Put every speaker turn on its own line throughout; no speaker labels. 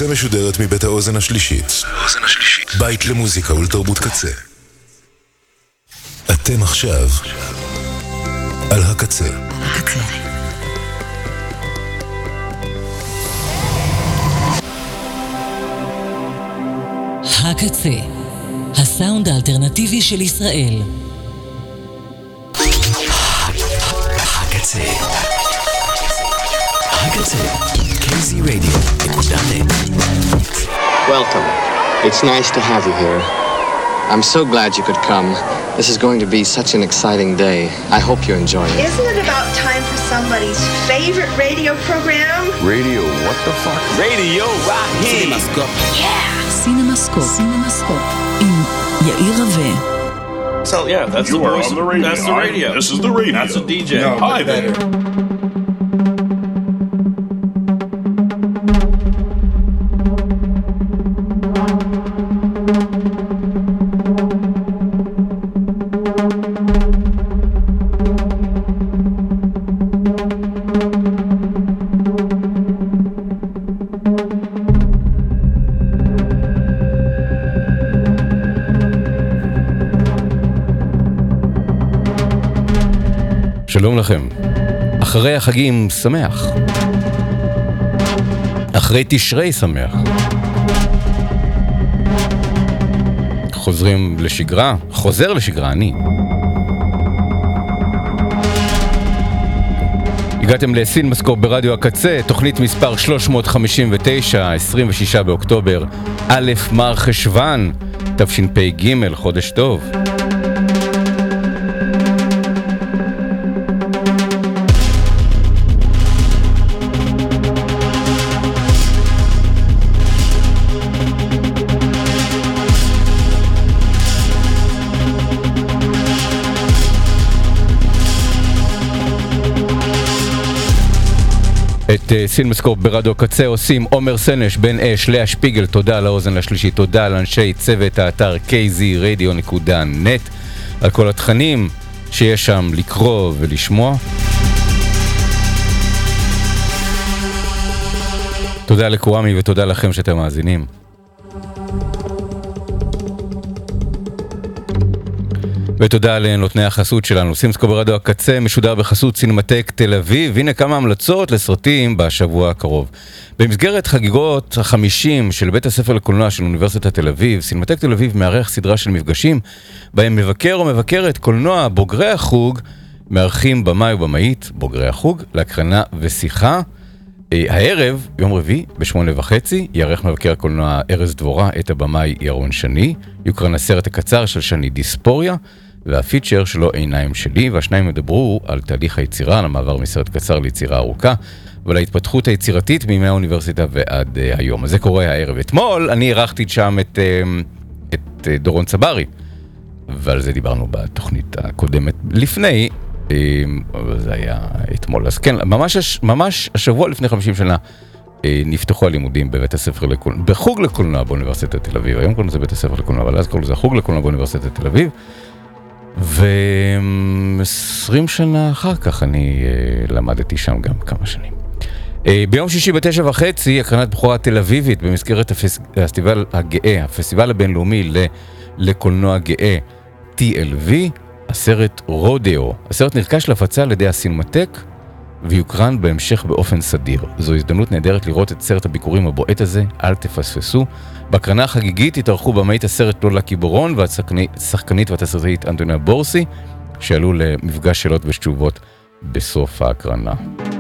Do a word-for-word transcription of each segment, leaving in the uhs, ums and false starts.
הקצה משודרת מבית האוזן השלישית. בית למוזיקה ולתרבות קצה. אתם עכשיו על הקצה. הקצה.
הקצה, הסאונד האלטרנטיבי של ישראל. הקצה. הקצה. K Z Radio נקודה נט.
Welcome. It's nice to have you here. I'm so glad you could come. This is going to be such an exciting day. I hope you enjoy it.
Isn't it about time for somebody's favorite radio program?
Radio, what the fuck? Radio Rahi.
CinemaScope. Yeah. CinemaScope. CinemaScope. עם יאיר רווה.
So yeah, that's
you
the
are
voice.
on the radio.
That's the radio.
I, this is the radio.
That's a D J.
No, hi there.
שלום לכם. אחרי החגים שמח. אחרי תשרי שמח. חוזרים לשגרה, חוזר לשגרה, אני. הגעתם לסינמסקופ ברדיו הקצה, תוכנית מספר שלוש מאות חמישים ותשע, עשרים ושישה באוקטובר, א' מר חשוון, תשפ"ג, חודש טוב. את סינמסקופ ברדיו קצה עושים עומר סנש, בן אש, לאה שפיגל, תודה על האוזן השלישית, תודה לאנשי צוות האתר K Z Radio נקודה נט על כל התכנים שיש שם לקרוא ולשמוע. תודה לקוואמי ותודה לכם שאתם מאזינים. ותודה לנותני החסות שלנו. סינמסקופ ברדיו הקצה משודר בחסות סינמטק תל אביב. הנה כמה המלצות לסרטים בשבוע הקרוב. במסגרת חגיגות החמישים של בית הספר לקולנוע של אוניברסיטת תל אביב, סינמטק תל אביב מארח סדרה של מפגשים בהם מבקר או מבקרת קולנוע בוגרי החוג מארחים במאי ובמאית בוגרי החוג להקרנה ושיחה. הערב, יום רביעי, בשמונה וחצי, יערך מבקר הקולנוע ארז דבורה את הבמאי ירון שני, יוקרן הסרט הקצר של שני דיספוריה, והפיצ'ר שלו עיניים שלי, והשניים ידברו על תהליך היצירה, על המעבר מסרט קצר ליצירה ארוכה, ועל ההתפתחות היצירתית מימי האוניברסיטה ועד uh, היום. אז זה קורה הערב. אתמול אני ערכתי שם את, uh, את uh, דורון צברי, ועל זה דיברנו בתוכנית הקודמת לפני, אבל זה היה אתמול. אז כן, ממש, ממש השבוע לפני חמישים שנה נפתחו הלימודים בבית הספר לקולנוע, בחוג לקולנוע באוניברסיטת תל אביב. היום קוראים לזה בית הספר לקולנוע, אבל אז קוראים לזה חוג לקולנוע באוניברסיטת תל אביב. ו-עשרים שנה אחר כך אני למדתי שם גם כמה שנים. ביום שישי בתשע וחצי, הקרנת בחורה תל אביבית במסגרת הפסטיבל הגאה, הפסטיבל הבינלאומי לקולנוע גאה T L V, הסרט רודאו. הסרט נרכש להפצה על ידי הסינמטק ויוקרן בהמשך באופן סדיר. זו הזדמנות נהדרת לראות את סרט הביקורים הבועט הזה, אל תפספסו. בהקרנה החגיגית התארחו במאית הסרט לולה קיבורון והשחקנית והתסריטאית אנטוניה בורסי, שעלו למפגש שאלות ותשובות בסוף ההקרנה.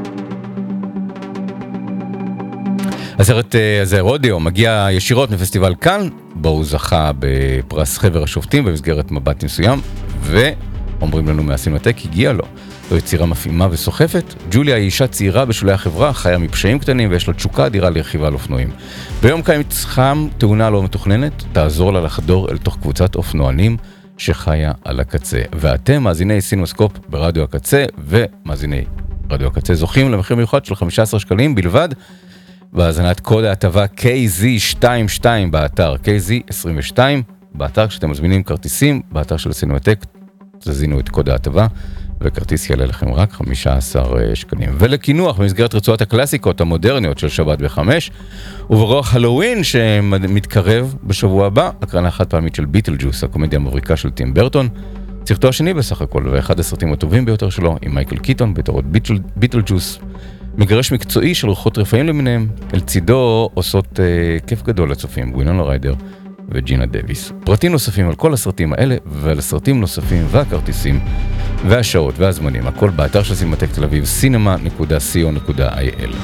הסרט הזה רודאו מגיע ישירות מפסטיבל כאן, בו הוא זכה בפרס חבר השופטים במסגרת מבט מסוים, ואומרים לנו מהסינמטק, הגיע לו. זו יצירה מפעימה וסוחפת. ג'וליה היא אישה צעירה בשולי החברה, חיה מפשעים קטנים ויש לה תשוקה אדירה לרכיבה על אופנועים. ביום קיץ חם, תאונה לא מתוכננת, תעזור לה לחדור אל תוך קבוצת אופנוענים שחיה על הקצה. ואתם, מאזיני סינמסקופ ברדיו הקצה ומאזיני רדיו הקצה, זוכים למחיר מיוחד של חמישה עשר שקלים בלבד, בהזנת קוד ההטבה K Z עשרים ושתיים באתר, K Z עשרים ושתיים באתר. כשאתם מזמינים כרטיסים באתר של הסינמטק, תזינו את קוד ההטבה וכרטיס יעלה לכם רק חמישה עשר שקלים. ולכינוח במסגרת רצועת הקלאסיקות המודרניות של שבת בחמש, וברוח הלואוין שמתקרב בשבוע הבא, הקרנה חד פעמית של ביטלג'וס, הקומדיה המבריקה של טים ברטון, סרטו השני בסך הכל, ואחד הסרטים הטובים ביותר שלו, עם מייקל קיטון בתור ביטל, ביטלג'וס, מגרש מקצועי של רוחות רפאים למיניהם, אל צידו עושות אה, כיף גדול לצופים, ווינונה ריידר וג'ינה דוויס. פרטים נוספים על כל הסרטים האלה, ועל הסרטים נוספים והכרטיסים והשעות והזמנים, הכל באתר של סינמטק תל אביב, סינמה נקודה סי או נקודה איי אל.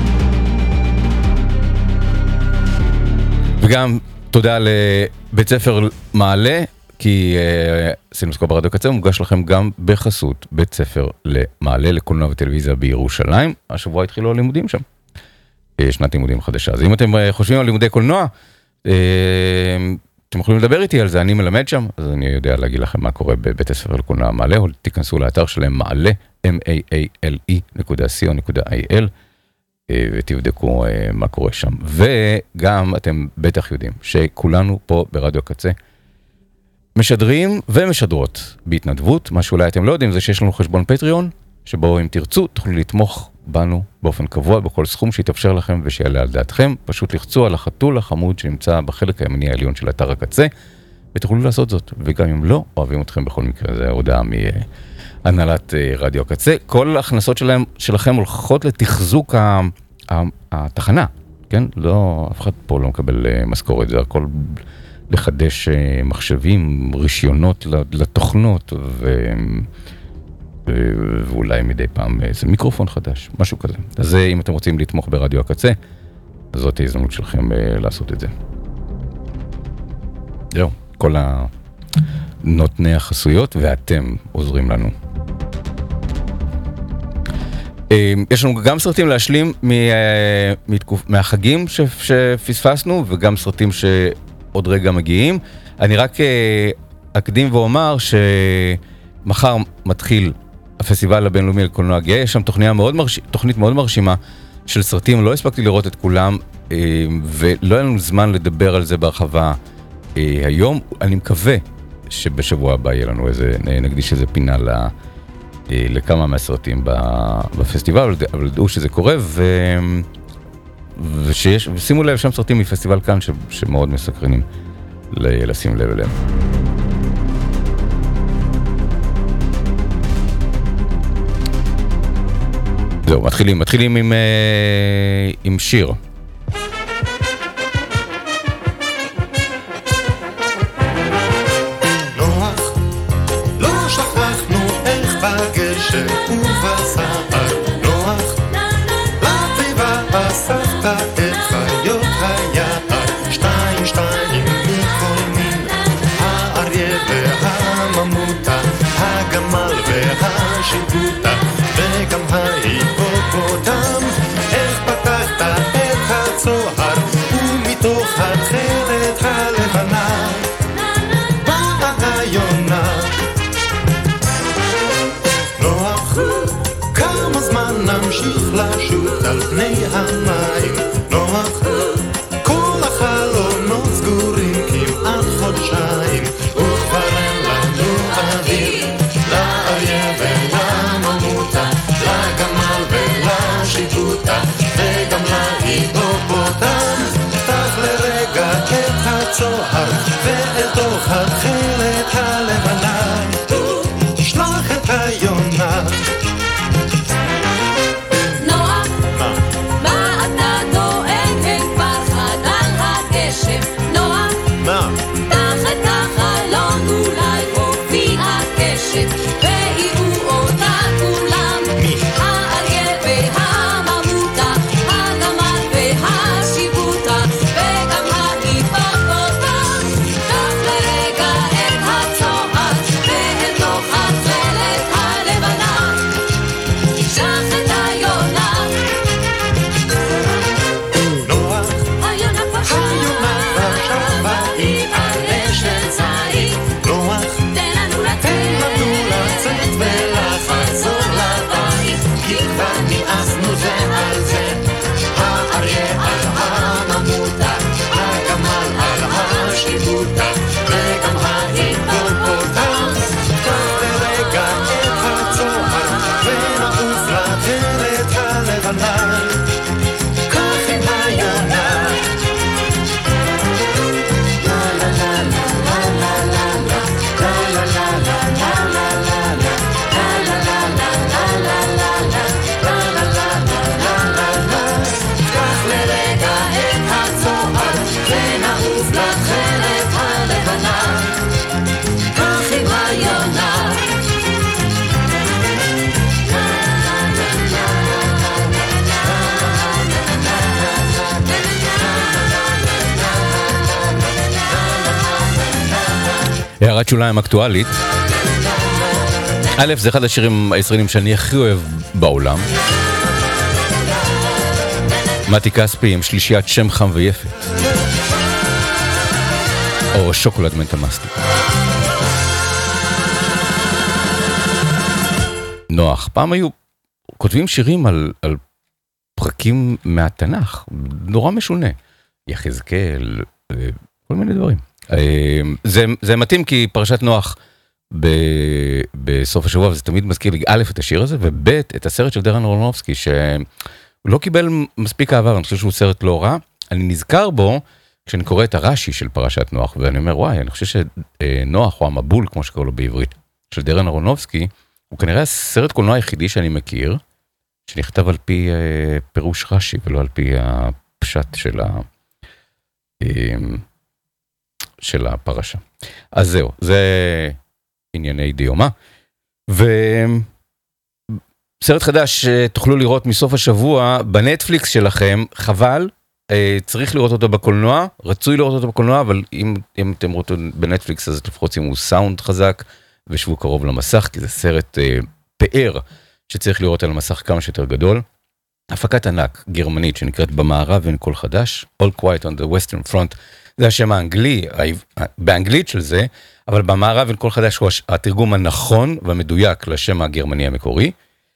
וגם תודה לבית ספר מעלה, כי uh, סינמסקופ ברדיו קצה מוגש לכם גם בחסות בית ספר למעלה לקולנוע וטלוויזיה בירושלים. השבוע התחילו הלימודים שם, שנת לימודים חדשה. אז אם אתם uh, חושבים על לימודי קולנוע, uh, אתם יכולים לדבר איתי על זה, אני מלמד שם, אז אני יודע להגיד לכם מה קורה בבית הספר לקולנוע מעלה, או תיכנסו לאתר שלהם מעלה, אם איי איי אל אי נקודה סי או נקודה איי אל, ותבדקו מה קורה שם. וגם אתם בטח יודעים שכולנו פה ברדיו הקצה משדרים ומשדרות בהתנדבות. מה שאולי אתם לא יודעים זה שיש לנו חשבון פטריון, שבו אם תרצו תוכלו לתמוך בנו באופן קבוע בכל סכום שיתאפשר לכם ושיעלה על דעתכם. פשוט לחצו על החתול החמוד שנמצא בחלק הימני העליון של אתר הקצה, ותוכלו לעשות זאת. וגם אם לא, אוהבים אתכם בכל מקרה. זה הודעה מהנהלת רדיו הקצה. כל ההכנסות שלהם, שלכם הולכות לתחזוק התחנה, כן? לא, אף אחד פה לא מקבל משכורת, זה הכל לחדש מחשבים, רישיונות לתוכנות, ו... ואולי מדי פעם איזה מיקרופון חדש, משהו כזה. אז אם אתם רוצים לתמוך ברדיו הקצה, אז זאת ההזדמנות שלכם לעשות את זה. זהו, כל הנותני החסויות, ואתם עוזרים לנו. יש לנו גם סרטים להשלים מהחגים שפספסנו, וגם סרטים שעוד רגע מגיעים. אני רק אקדים ואומר שמחר מתחיל הפסטיבל הבינלאומי לקולנוע גאה, יש שם תוכנית מאוד מרש... תוכנית מאוד מרשימה של סרטים, לא הספקתי לראות את כולם, ולא היה לנו זמן לדבר על זה בהרחבה היום. אני מקווה שבשבוע הבא יהיה לנו איזה, נקדיש איזה פינה ל... לכמה מהסרטים בפסטיבל, אבל דעו שזה קורה, ו... ושיש... ושימו לב, שם סרטים מפסטיבל כאן ש... שמאוד מסקרנים לשים לב אליהם. זהו, מתחילים, מתחילים עם, עם שיר.
לשוט על פני המים נוח, כל החלונות סגורים כמעט חודשיים, וכבר אין לנו אוויר לאריה ולממותה, לגמל ולשיבוטה, וגם להיפופוטם. פתח לרגע את הצוהר ואל תוך התכלת הלבנה שלח את היונה.
הערת שוליים אקטואלית. א', זה אחד השירים הישראלים שאני הכי אוהב בעולם. מתי כספי עם שלישיית שם חם ויפת. או שוקולד מנטה מסטיק. נוח, פעם היו כותבים שירים על, על פרקים מהתנ"ך, נורא משונה. יחזקאל, כל מיני דברים. זה, זה מתאים כי פרשת נוח ב, בסוף השבוע, וזה תמיד מזכיר לי א' את השיר הזה, וב' את הסרט של דרן אהרונובסקי, שהוא לא קיבל מספיק אהבה, אני חושב שהוא סרט לא רע. אני נזכר בו כשאני קורא את הרש"י של פרשת נוח, ואני אומר, וואי, אני חושב שנוח הוא המבול, כמו שקורא לו בעברית, של דרן אהרונובסקי, הוא כנראה הסרט קולנוע היחידי שאני מכיר, שנכתב על פי אה, פירוש רש"י, ולא על פי הפשט של, ה, אה, של הפרשה. אז זהו, זה ענייני דיומה. וסרט חדש תוכלו לראות מסוף השבוע בנטפליקס שלכם, חבל, אה, צריך לראות אותו בקולנוע, רצוי לראות אותו בקולנוע, אבל אם, אם אתם רואים אותו בנטפליקס, אז לפחות שימו סאונד חזק, ושבו קרוב למסך, כי זה סרט אה, פאר, שצריך לראות על המסך כמה שיותר גדול. הפקת ענק גרמנית שנקראת במערב אין קול חדש, All Quiet on the Western Front, זה השם האנגלי, באנגלית של זה, אבל במערב אין קול חדש הוא התרגום הנכון והמדויק לשם הגרמני המקורי.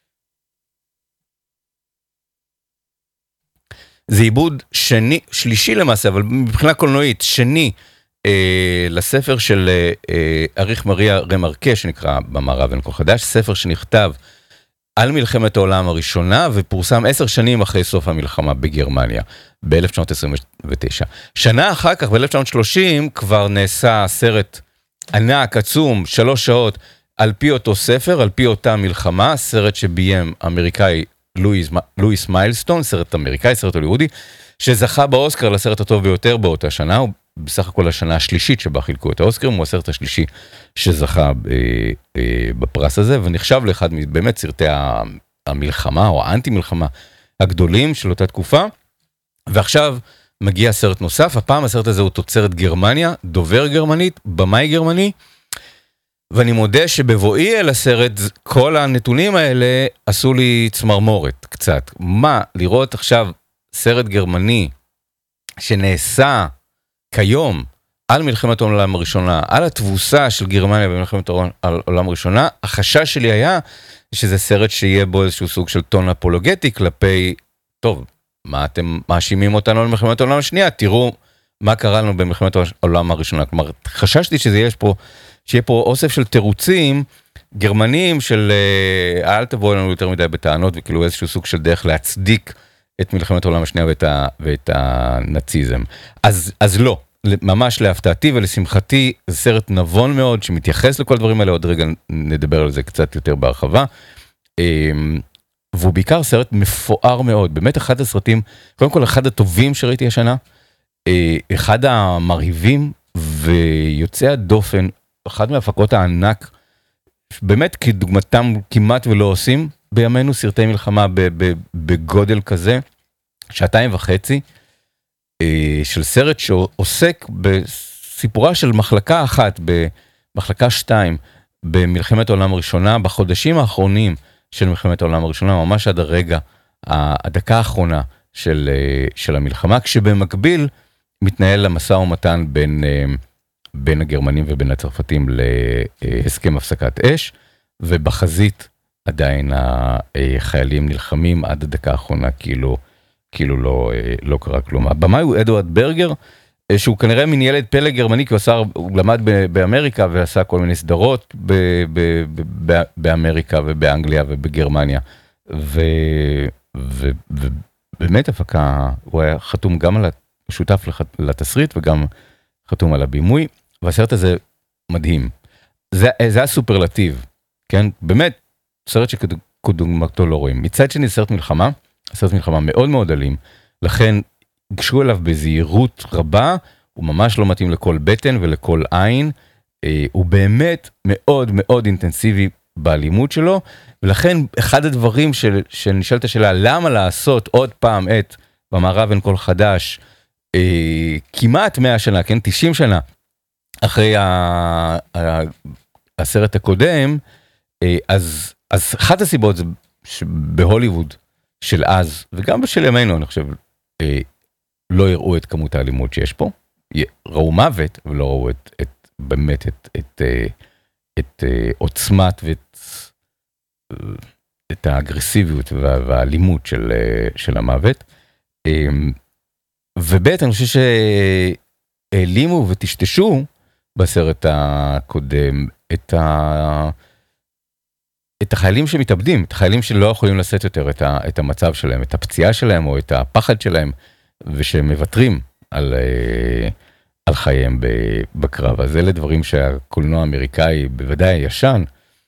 זה עיבוד שני, שלישי למעשה, אבל מבחינה קולנועית, שני, אה, לספר של אה, אריך מריה רמרקה, שנקרא במערב אין קול חדש, ספר שנכתב על מלחמת העולם הראשונה, ופורסם עשר שנים אחרי סוף המלחמה בגרמניה, ב-אלף תשע מאות עשרים ותשע. שנה אחר כך, ב-אלף תשע מאות שלושים, כבר נעשה סרט ענק, עצום, שלוש שעות, על פי אותו ספר, על פי אותה מלחמה, סרט שביים אמריקאי לואיס, לואיס מיילסטון, סרט אמריקאי, סרט הוליוודי, שזכה באוסקר לסרט הטוב ביותר באותה שנה, הוא בסך הכל השנה השלישית שבה חילקו את האוסקר, הוא הסרט השלישי שזכה בפרס הזה, ונחשב לאחד באמת סרטי המלחמה או האנטי-מלחמה הגדולים של אותה תקופה, ועכשיו מגיע סרט נוסף, הפעם הסרט הזה הוא תוצרת גרמניה, דובר גרמנית, במאי גרמני, ואני מודה שבבואי אל הסרט, כל הנתונים האלה עשו לי צמרמורת קצת. מה, לראות עכשיו סרט גרמני שנעשה כיום על מלחמת העולם הראשונה, על התבוסה של גרמניה במלחמת העולם הראשונה, החשש שלי היה שזה סרט שיהיה בו איזשהו סוג של טון אפולוגטי כלפי, טוב, מה אתם מאשימים אותנו על מלחמת העולם השנייה? תראו מה קרה לנו במלחמת העולם הראשונה. כלומר, חששתי שזה יש פה, שיהיה פה אוסף של תירוצים גרמנים של אל תבואו לנו יותר מדי בטענות, וכאילו איזשהו סוג של דרך להצדיק את מלחמת העולם השנייה ואת, ה, ואת הנאציזם. אז, אז לא, ממש להפתעתי ולשמחתי, זה סרט נבון מאוד שמתייחס לכל הדברים האלה, עוד רגע נדבר על זה קצת יותר בהרחבה, והוא בעיקר סרט מפואר מאוד, באמת אחד הסרטים, קודם כל אחד הטובים שראיתי השנה, אחד המרהיבים ויוצא הדופן, אחד מהפקות הענק, באמת כדוגמתם כמעט ולא עושים, בימינו סרטי מלחמה בגודל כזה, שעתיים וחצי, של סרט שעוסק בסיפורה של מחלקה אחת, במחלקה שתיים, במלחמת העולם הראשונה, בחודשים האחרונים של מלחמת העולם הראשונה, ממש עד הרגע, הדקה האחרונה של, של המלחמה, כשבמקביל מתנהל המשא ומתן בין, בין הגרמנים ובין הצרפתים להסכם הפסקת אש, ובחזית עדיין החיילים נלחמים עד הדקה האחרונה, כאילו, כאילו לא, לא קרה כלום. הבמאי הוא אדוארד ברגר, שהוא כנראה מין ילד פלא גרמני, כי הוא, עשה, הוא למד באמריקה ועשה כל מיני סדרות ב, ב, ב, באמריקה ובאנגליה ובגרמניה. ו, ו, ובאמת הפקה, הוא היה חתום גם על השותף לתסריט וגם חתום על הבימוי, והסרט הזה מדהים. זה, זה היה סופרלטיב, כן? באמת, סרט שכדוגמתו לא רואים. מצד שני, סרט מלחמה, סרט מלחמה מאוד מאוד אלים, לכן גשו אליו בזהירות רבה, הוא ממש לא מתאים לכל בטן ולכל עין, הוא באמת מאוד מאוד אינטנסיבי באלימות שלו, ולכן אחד הדברים של, שנשאלת השאלה, למה לעשות עוד פעם את במערב אין קול חדש, כמעט מאה שנה, כן, תשעים שנה, אחרי הסרט הקודם, אז, אז אחת הסיבות זה שבהוליווד של אז, וגם בשל ימינו, אני חושב, לא יראו את כמות האלימות שיש פה, ראו מוות, ולא ראו את, את, באמת את, את, את עוצמת ואת את האגרסיביות והאלימות של, של המוות. ובית, אני חושב שהעלימו ותשתשו בסרט הקודם את, ה... את החיילים שמתאבדים, את החיילים שלא יכולים לשאת יותר את, ה... את המצב שלהם, את הפציעה שלהם או את הפחד שלהם, ושמוותרים על, על חייהם בקרב. אז אלה דברים שהקולנוע האמריקאי, בוודאי ישן,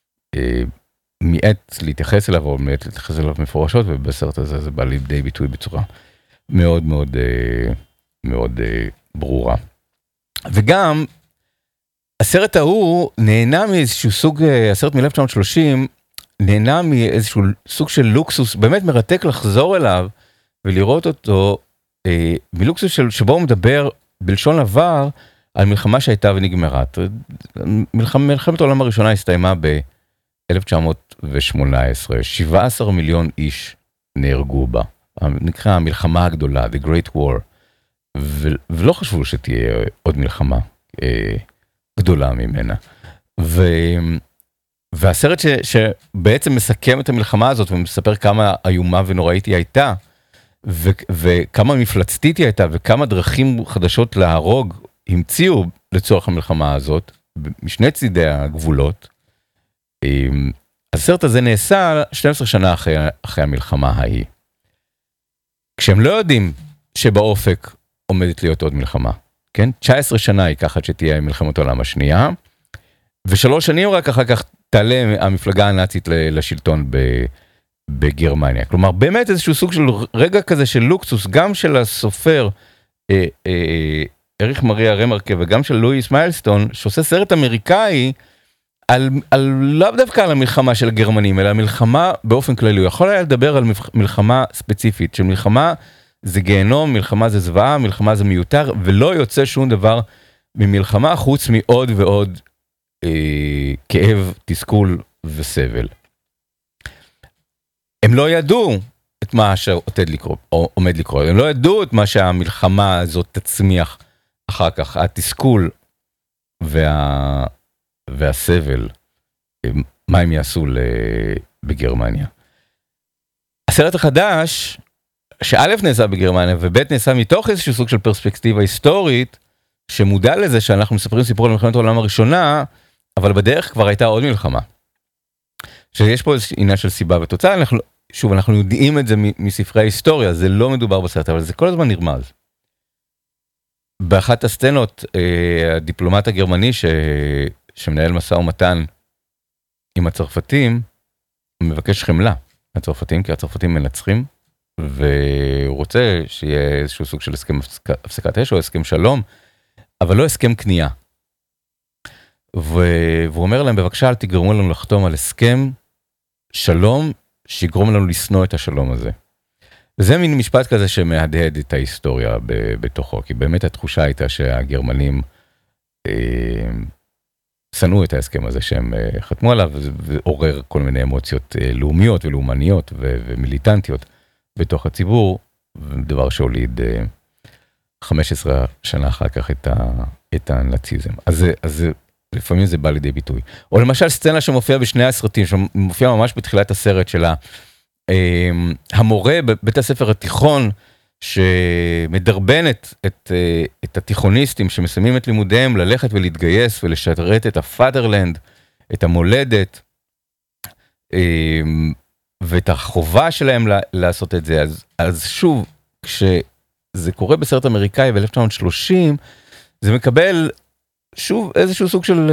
מיעט להתייחס אליו, או מיעט להתייחס אליו מפורשות, ובסרט הזה זה בא לידי ביטוי בצורה מאוד מאוד מאוד ברורה. וגם, הסרט ההוא נהנה מאיזשהו סוג, הסרט מ-אלף תשע מאות שלושים, נהנה מאיזשהו סוג של לוקסוס, באמת מרתק לחזור אליו, ולראות אותו, אה, מלוקסוס של, שבו הוא מדבר בלשון עבר, על מלחמה שהייתה ונגמרה. מלחמת, מלחמת העולם הראשונה הסתיימה ב-אלף תשע מאות שמונה עשרה, שבעה עשר מיליון איש נהרגו בה. נקרא המלחמה הגדולה, The Great War, ו- ולא חשבו שתהיה עוד מלחמה אה, גדולה ממנה. ו- והסרט ש- שבעצם מסכם את המלחמה הזאת, ומספר כמה איומה ונוראית היא הייתה, ו- וכמה מפלצתית היא הייתה, וכמה דרכים חדשות להרוג המציאו לצורך המלחמה הזאת, משני צידי הגבולות. אה, הסרט הזה נעשה שתים עשרה שנה אחרי, אחרי המלחמה ההיא. כשהם לא יודעים שבאופק עומדת להיות עוד מלחמה, כן? תשע עשרה שנה היא ככה שתהיה מלחמת העולם השנייה, ושלוש שנים רק אחר כך תעלה המפלגה הנאצית לשלטון בגרמניה. כלומר, באמת איזשהו סוג של רגע כזה של לוקסוס, גם של הסופר אה, אה, אריך מריה רמרקה, וגם של לואיס מיילסטון, שעושה סרט אמריקאי, על, על, לאו דווקא על המלחמה של הגרמנים, אלא המלחמה באופן כללי. הוא יכול היה לדבר על מלחמה ספציפית, שמלחמה זה גיהנום, מלחמה זה זוועה, מלחמה זה מיותר, ולא יוצא שום דבר ממלחמה, חוץ מעוד ועוד אה, כאב, תסכול וסבל. הם לא ידעו את מה שעומד לקרות, או עומד לקרות, הם לא ידעו את מה שהמלחמה הזאת תצמיח אחר כך, התסכול וה... והסבל, מה הם יעשו בגרמניה. הסרט החדש, שא' נעשה בגרמניה, וב' נעשה מתוך איזשהו סוג של פרספקטיבה היסטורית, שמודע לזה שאנחנו מספרים סיפור על מלחמת העולם הראשונה, אבל בדרך כבר הייתה עוד מלחמה. שיש פה איזושהי עניין של סיבה ותוצאה, אנחנו, שוב, אנחנו יודעים את זה מספרי ההיסטוריה, זה לא מדובר בסרט, אבל זה כל הזמן נרמז. באחת הסצנות, הדיפלומט הגרמני ש... שמנהל מסע ומתן עם הצרפתים, מבקש חמלה הצרפתים, כי הצרפתים מנצחים, והוא רוצה שיהיה איזשהו סוג של הסכם הפסקת אש או הסכם שלום, אבל לא הסכם קנייה. והוא אומר להם, בבקשה, אל תגרמו לנו לחתום על הסכם שלום, שיגרום לנו לשנוא את השלום הזה. וזה מין משפט כזה שמהדהד את ההיסטוריה בתוכו, כי באמת התחושה הייתה שהגרמנים שנאו את ההסכם הזה שהם חתמו עליו, ועורר כל מיני אמוציות לאומיות ולאומניות ומיליטנטיות בתוך הציבור, דבר שהוליד חמש עשרה שנה אחר כך את, ה, את הנאציזם. אז, אז לפעמים זה בא לידי ביטוי. או למשל סצנה שמופיעה בשני הסרטים, שמופיעה ממש בתחילת הסרט שלה, המורה בבית הספר התיכון, שמדרבנת את, את התיכוניסטים שמסיימים את לימודיהם ללכת ולהתגייס ולשרת את הפאדרלנד, את המולדת, ואת החובה שלהם לעשות את זה. אז, אז שוב, כשזה קורה בסרט אמריקאי ב-אלף תשע מאות שלושים, זה מקבל שוב איזשהו סוג של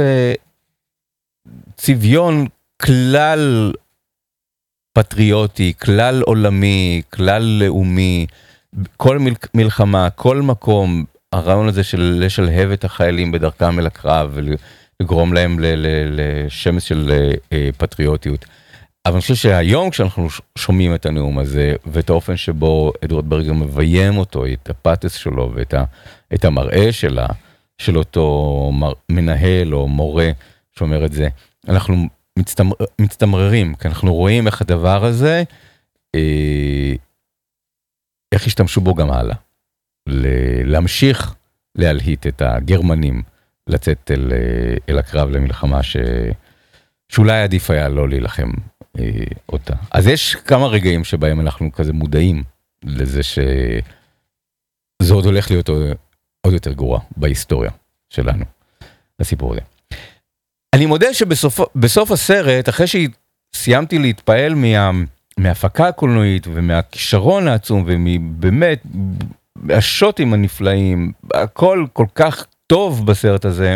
צביון כלל פטריוטי, כלל עולמי, כלל לאומי, כל מלחמה, כל מקום, הרעיון הזה של לשלהב את החיילים בדרכם אל הקרב, ולגרום להם לשמש של פטריוטיות. אבל אני חושב שהיום כשאנחנו שומעים את הנאום הזה, ואת האופן שבו אדוארד ברגר מביים אותו, את הפאתוס שלו, ואת המראה שלה, של אותו מנהל או מורה שאומר את זה. אנחנו מצטמר, מצטמררים, כי אנחנו רואים איך הדבר הזה, אה, איך השתמשו בו גם הלאה. להמשיך להלהיט את הגרמנים, לצאת אל, אל הקרב למלחמה ש... שאולי עדיף היה לא להילחם אה, אותה. אז יש כמה רגעים שבהם אנחנו כזה מודעים לזה שזה עוד הולך להיות עוד יותר גרוע בהיסטוריה שלנו, לסיפור הזה. אני מודה שבסוף הסרט, אחרי שסיימתי להתפעל מה, מההפקה הקולנועית ומהכישרון העצום ומבאמת השוטים הנפלאים, הכל כל כך טוב בסרט הזה,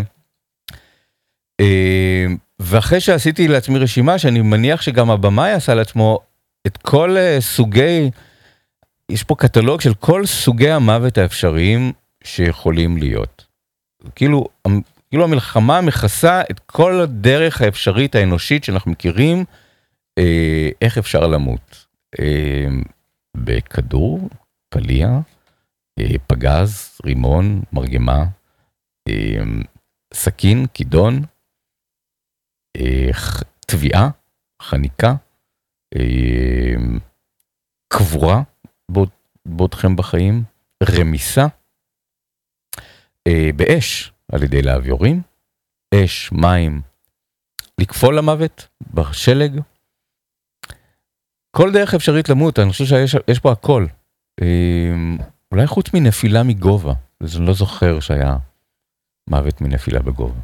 ואחרי שעשיתי לעצמי רשימה, שאני מניח שגם הבמאי עשה לעצמו את כל סוגי, יש פה קטלוג של כל סוגי המוות האפשריים שיכולים להיות. כאילו, כאילו המלחמה מכסה את כל הדרך האפשרית האנושית שאנחנו מכירים, איך אפשר למות. בכדור, פליע, פגז, רימון, מרגמה, סכין, כידון, תביעה, חניקה, קבורה בעודכם בחיים, רמיסה, באש על ידי להב יורים, אש, מים, לקפול למוות, בשלג, כל דרך אפשרית למות. אני חושב שיש פה הכל. אולי חוץ מנפילה מגובה, אז אני לא זוכר שהיה מוות מנפילה בגובה.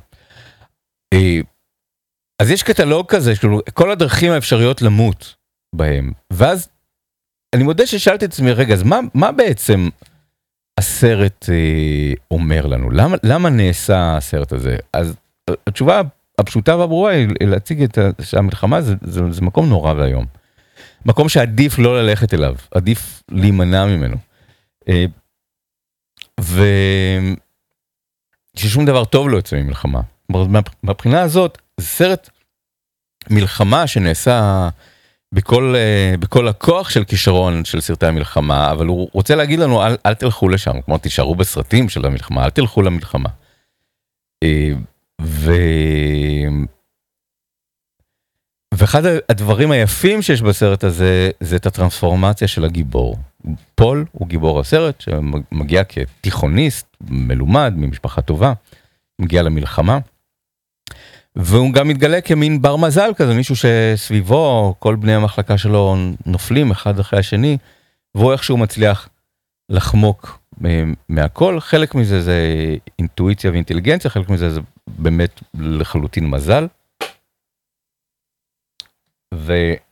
אז יש קטלוג כזה, כל הדרכים האפשריות למות בהם, ואז אני מודה ששאלתי את עצמי, רגע, אז מה, מה בעצם הסרט אה, אומר לנו? למה, למה נעשה הסרט הזה? אז התשובה הפשוטה והברורה היא להציג את המלחמה, זה, זה, זה מקום נורא והיום. מקום שעדיף לא ללכת אליו, עדיף להימנע ממנו. אה, וששום דבר טוב לא יוצא ממלחמה. מהבחינה הזאת, זה סרט מלחמה שנעשה בכל, בכל הכוח של כישרון של סרטי המלחמה, אבל הוא רוצה להגיד לנו, אל, אל תלכו לשם, כמו תישארו בסרטים של המלחמה, אל תלכו למלחמה. ו... ואחד הדברים היפים שיש בסרט הזה, זה את הטרנספורמציה של הגיבור. פול הוא גיבור הסרט, שמגיע כתיכוניסט, מלומד, ממשפחה טובה, מגיע למלחמה, והוא גם מתגלה כמין בר מזל כזה, מישהו שסביבו, כל בני המחלקה שלו נופלים אחד אחרי השני, והוא איכשהו מצליח לחמוק מהכל. חלק מזה זה אינטואיציה ואינטליגנציה, חלק מזה זה באמת לחלוטין מזל. ו...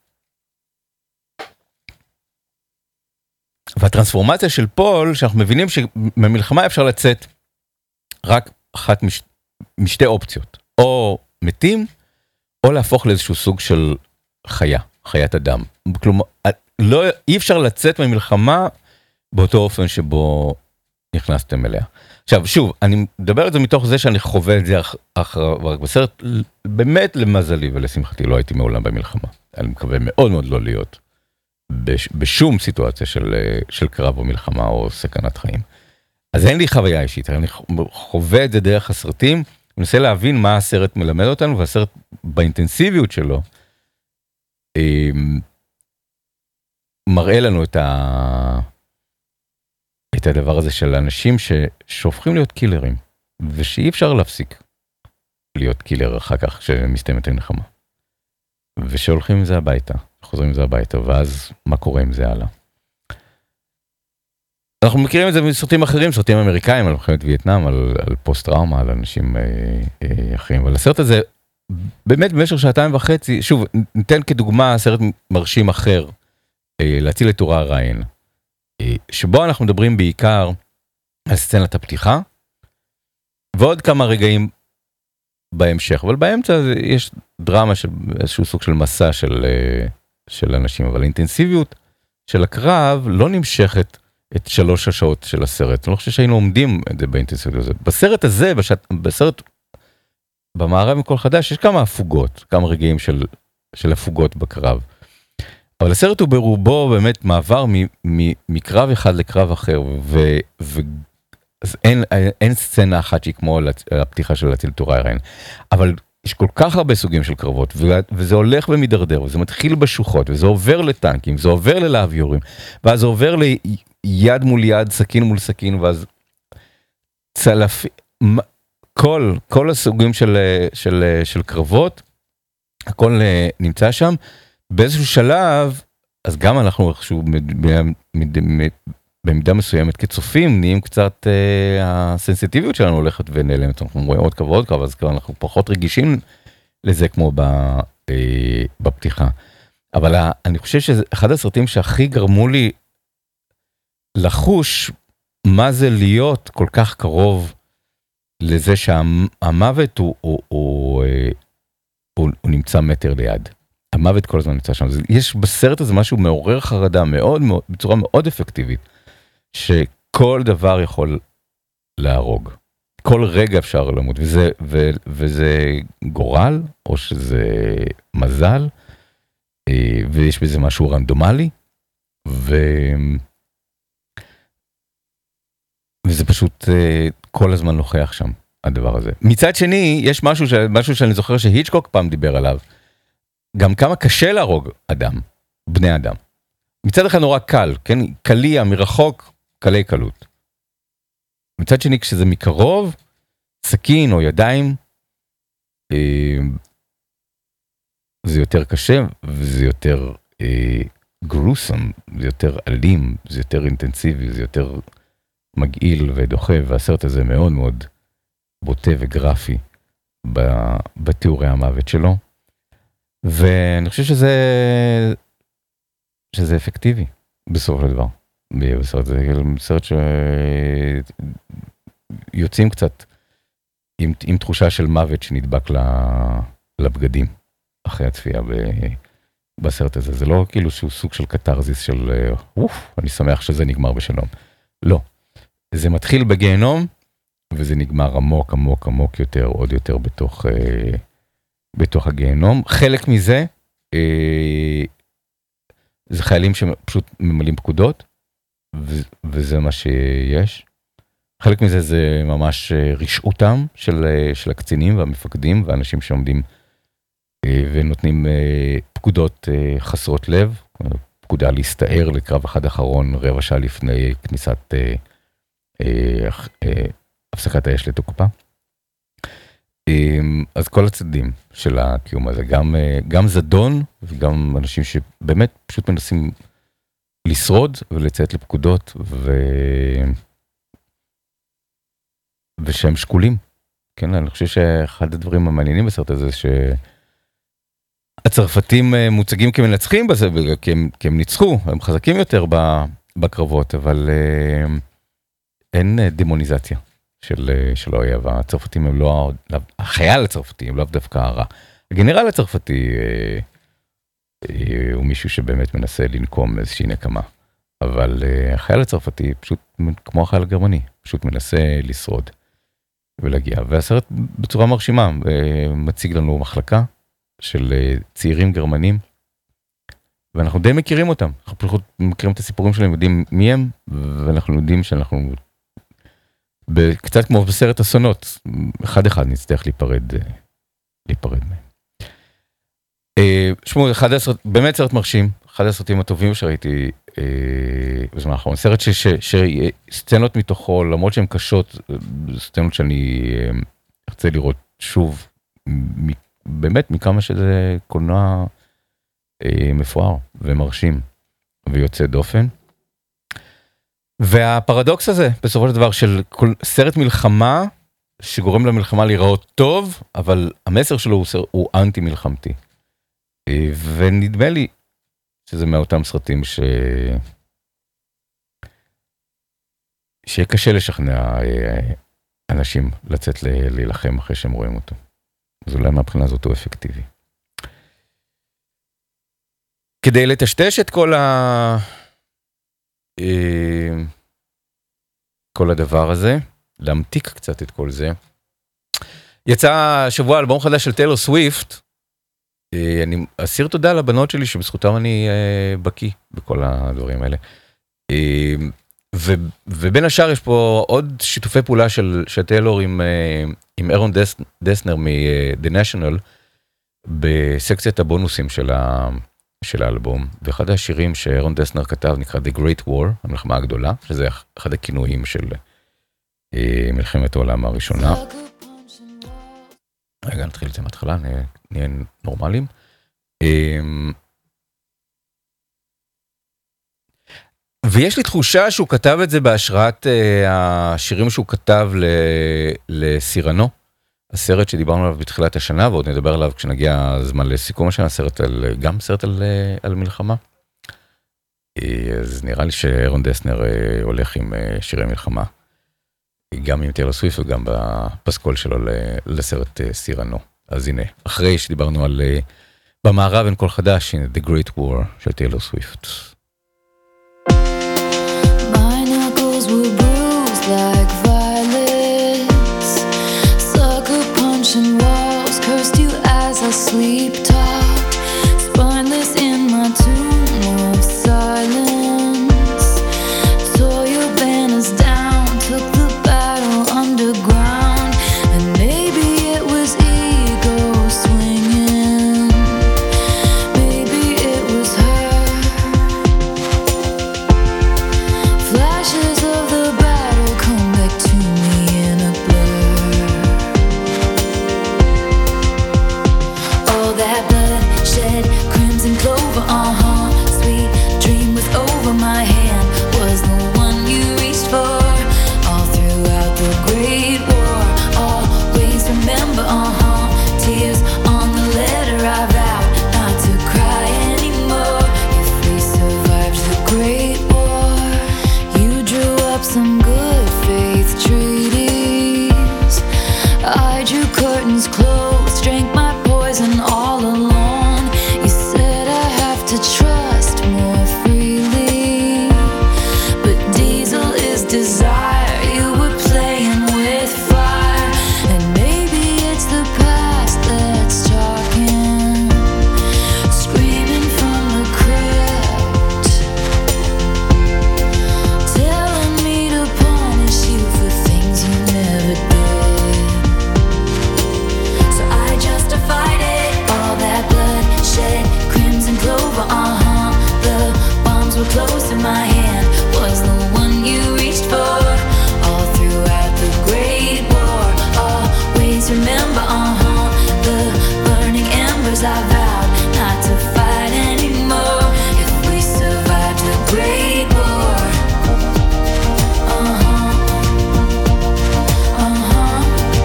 והטרנספורמציה של פול, שאנחנו מבינים שממלחמה אפשר לצאת רק אחת מש... משתי אופציות, או מתים, או להפוך לאיזשהו סוג של חיה, חיית אדם. כלומר, לא, אי אפשר לצאת ממלחמה באותו אופן שבו נכנסתם אליה. עכשיו, שוב, אני מדבר את זה מתוך זה שאני חווה את זה אחר בסרט, באמת למזלי ולשמחתי לא הייתי מעולם במלחמה. אני מקווה מאוד מאוד לא להיות בש, בשום סיטואציה של, של קרב או מלחמה או סכנת חיים. אז אין לי חוויה אישית, אני חווה את זה דרך הסרטים, אני מנסה להבין מה הסרט מלמד אותנו, והסרט באינטנסיביות שלו, מראה לנו את, ה... את הדבר הזה של אנשים ש... שהופכים להיות קילרים, ושאי אפשר להפסיק להיות קילר אחר כך שמסתיימת המלחמה. ושהולכים עם זה הביתה, חוזרים עם זה הביתה, ואז מה קורה עם זה הלאה? אנחנו מכירים את זה בסרטים אחרים, סרטים אמריקאים, על מלחמת וייטנאם, על, על פוסט-טראומה, על אנשים אה, אה, אחרים. אבל הסרט הזה, באמת במשך שעתיים וחצי, שוב, ניתן כדוגמה סרט מרשים אחר, אה, להציל את תורה ריין, אה, שבו אנחנו מדברים בעיקר על סצנת הפתיחה, ועוד כמה רגעים בהמשך, אבל באמצע יש דרמה של איזשהו סוג של מסע של, אה, של אנשים, אבל האינטנסיביות של הקרב לא נמשכת את שלוש השעות של הסרט. אני לא חושב שהיינו עומדים את זה באינטנסיביות הזה. בסרט הזה, בשעת, בסרט, במערב מכל חדש, יש כמה הפוגות, כמה רגעים של, של הפוגות בקרב. אבל הסרט הוא ברובו באמת מעבר מ, מ, מקרב אחד לקרב אחר, ו, אז אין, אין סצנה אחת שהיא כמו הפתיחה של אציל טוריירן, אבל יש כל כך הרבה סוגים של קרבות, וזה הולך ומדרדר, וזה מתחיל בשוחות, וזה עובר לטנקים, זה עובר ללהב יורים, ואז זה עובר ליד מול יד, סכין מול סכין, ואז צלפי, כל, כל הסוגים של, של, של קרבות, הכל נמצא שם, באיזשהו שלב, אז גם אנחנו איכשהו במידה מסוימת כצופים, נהיים קצת, הסנסיטיביות שלנו הולכת ונעלמת, אנחנו רואים עוד קרב ועוד קרב, אז אנחנו פחות רגישים לזה כמו בפתיחה. אבל אני חושב שזה אחד הסרטים שהכי גרמו לי לחוש מה זה להיות כל כך קרוב לזה שהמוות הוא, הוא, הוא, הוא, הוא נמצא מטר ליד. המוות כל הזמן נמצא שם. יש בסרט הזה משהו מעורר חרדה מאוד, מאוד, בצורה מאוד אפקטיבית, שכל דבר יכול להרוג. כל רגע אפשר למות, וזה, ו, וזה גורל, או שזה מזל, ויש בזה משהו רנדומלי, ו... וזה פשוט כל הזמן נוכח שם, הדבר הזה. מצד שני, יש משהו, ש... משהו שאני זוכר שהיצ'קוק פעם דיבר עליו, גם כמה קשה להרוג אדם, בני אדם. מצד אחד נורא קל, כן? קליע, מרחוק, קלי קלות. מצד שני, כשזה מקרוב, סכין או ידיים, זה יותר קשה, וזה יותר גרוסם, זה יותר אלים, זה יותר אינטנסיבי, זה יותר מגעיל ודוחה, והסרט הזה מאוד מאוד בוטה וגרפי בתיאורי המוות שלו. ואני חושב שזה שזה אפקטיבי בסופו של דבר. בסרט זה סרט שיוצאים קצת עם, עם תחושה של מוות שנדבק לבגדים אחרי הצפייה בסרט הזה. זה לא כאילו שהוא סוג של קטרזיס של אוף, אני שמח שזה נגמר בשלום. לא. זה מתחיל בגיהנום וזה נגמר עמוק עמוק עמוק יותר, עוד יותר בתוך בתוך הגיהנום. חלק מזה זה חיילים שפשוט ממלאים פקודות, וזה מה שיש. חלק מזה זה ממש רשעותם של, של הקצינים והמפקדים, ואנשים שעומדים ונותנים פקודות חסרות לב, פקודה להסתער לקרב אחד אחרון רבע שעה לפני כניסת הפסקת האש לתוקפה. אז כל הצדדים של הקיום הזה, גם, גם זדון וגם אנשים שבאמת פשוט מנסים לשרוד ולציית לפקודות ו... ושהם שקולים. כן, אני חושב שאחד הדברים המעניינים בסרט הזה שהצרפתים מוצגים כמנצחים בזה, כי הם, כי הם ניצחו, הם חזקים יותר בקרבות, אבל אין דמוניזציה של, של האויב. הצרפתים הם לא, החייל הצרפתי הם לאו דווקא הרע. הגנרל הצרפתי אה, אה, הוא מישהו שבאמת מנסה לנקום איזושהי נקמה. אבל אה, החייל הצרפתי פשוט כמו החייל הגרמני, פשוט מנסה לשרוד ולהגיע. והסרט בצורה מרשימה אה, מציג לנו מחלקה של אה, צעירים גרמנים, ואנחנו די מכירים אותם. אנחנו פשוט מכירים את הסיפורים שלהם, יודעים מי הם, ואנחנו יודעים שאנחנו... קצת כמו בסרט אסונות, אחד אחד נצטרך להיפרד, להיפרד מהם. שמעו, אחד הסרט, באמת סרט מרשים, אחד הסרטים הטובים שראיתי בזמן האחרון, סרט שסצנות מתוכו, למרות שהן קשות, סצנות שאני ארצה לראות שוב, באמת מכמה שזה קולנוע מפואר ומרשים ויוצא דופן. והפרדוקס הזה, בסופו של דבר, של כל סרט מלחמה, שגורם למלחמה להיראות טוב, אבל המסר שלו הוא, הוא אנטי מלחמתי. ונדמה לי שזה מאותם סרטים ש... שיהיה קשה לשכנע אנשים לצאת להילחם אחרי שהם רואים אותו. אז אולי מהבחינה הזאת הוא אפקטיבי. כדי לטשטש את כל ה... כל הדבר הזה, להמתיק קצת את כל זה. יצא שבוע אלבום חדש של טיילור סוויפט, אני אסיר תודה לבנות שלי שבזכותם אני בקיא בכל הדברים האלה. ו, ובין השאר יש פה עוד שיתופי פעולה של, של טיילור עם, עם אירון דס, דסנר מ-The National, בסקציית הבונוסים של, ה, של האלבום, ואחד השירים שאירון דסנר כתב נקרא The Great War, המלחמה הגדולה, שזה אחד הכינויים של מלחמת העולם הראשונה. רגע, נתחיל את זה מההתחלה, נהיה נורמליים. ויש לי תחושה שהוא כתב את זה בהשראת השירים שהוא כתב לסירנו, הסרט שדיברנו עליו בתחילת השנה, ועוד נדבר עליו כשנגיע הזמן לסיכום השנה, סרט על, גם סרט על, על מלחמה. אז נראה לי שאירון דסנר הולך עם שירי מלחמה, גם עם טיילור סוויפט וגם בפסקול שלו לסרט סירנו. אז הנה, אחרי שדיברנו על במערב אין כל חדש, הנה The Great War של טיילור סוויפט.
My knuckles were bruised like violets, sucker punching walls, cursed you as I sleep talked, spineless in my tomb of silence, tore your banners down, took the battle underground, and maybe it was ego swinging, maybe it was her. Flashes of the battle come back to me in a blur. All that blood shed, crimson clover, uh-huh. Sweet dream was over my hand, was the one you reached for. All throughout the Great War, always remember, uh-huh. Tears on the letter I vowed not to cry anymore. If we survived the Great War, you drew up some good faith treaties. I drew curtains close, drank my poison all alone. You said I have to trust more freely, but diesel is desire. You were playing with fire, and maybe it's the past that's talking, screaming from the crypt, telling me to punish you for things you never did. So I justified it, all that blood shed, crimson clover, uh-huh. The bombs were close in my hand, was the one you reached for. All throughout the Great War, always remember, uh-huh. The burning embers I vowed not to fight anymore. If we survived the Great War, uh-huh, uh-huh.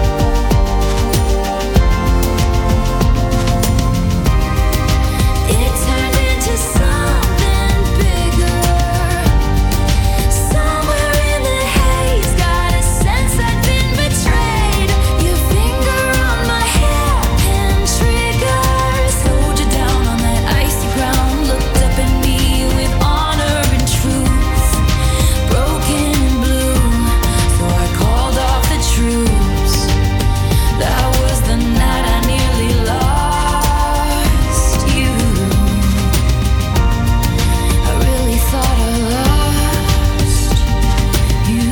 It turned into something bigger. Somewhere in the haze, got a sense I'd been betrayed. Your finger on my hairpin trigger, slowed you down on that icy ground. Looked up at me with honor and truth, broken and blue. So I called off the troops. That was the night I nearly lost you. I really thought I lost you.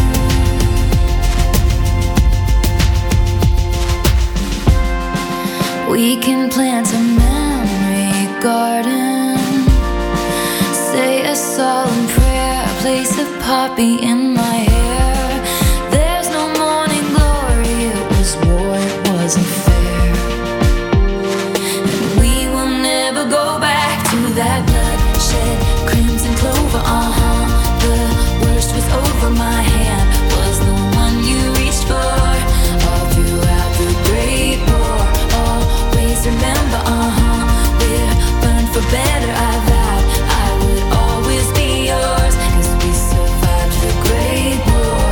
We can plant a memory garden, say a solemn prayer, place a poppy in my hair. There's no morning glory, it was war, it wasn't fair. And we will never go back to that bloodshed, crimson clover, uh-huh. The worst was over my hand, was the one you reached for. All throughout the Great War, always remember, uh-huh. We're burned for better, I vowed I would always be yours, 'cause we survived the Great War.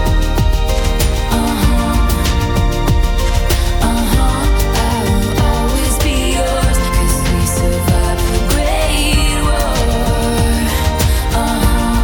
Uh-huh, uh-huh. I will always be yours, 'cause we survived the Great War. Uh-huh,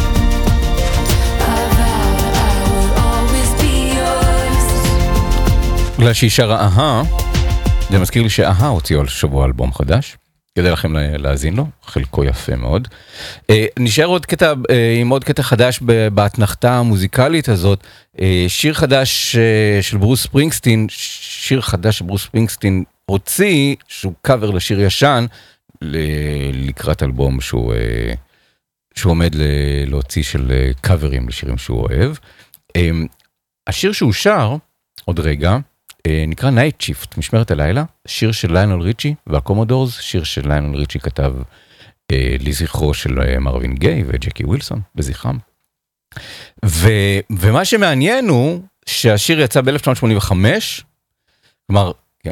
I vowed I would always be yours.
בגלל שהיא שרה אהה, זה מזכיר לי שאהה הוציאו על שבוע אלבום חדש, כדאי לכם להאזין לו, חלקו יפה מאוד. נשאר עוד קטע, עם עוד קטע חדש בהתנחתה המוזיקלית הזאת, שיר חדש של ברוס ספרינגסטין, שיר חדש של ברוס ספרינגסטין הוציא, שהוא קאבר לשיר ישן, לקראת אלבום שהוא, שהוא עומד להוציא של קאברים לשירים שהוא אוהב. השיר שהוא שר, עוד רגע, נקרא Night Shift, משמרת הלילה, שיר של ליונל ריצ'י והקומודורס, שיר של ליונל ריצ'י כתב אה, לזכרו של מרווין גיי וג'קי ווילסון, בזכרם. ו, ומה שמעניין הוא שהשיר יצא ב-אלף תשע מאות שמונים וחמש, כלומר,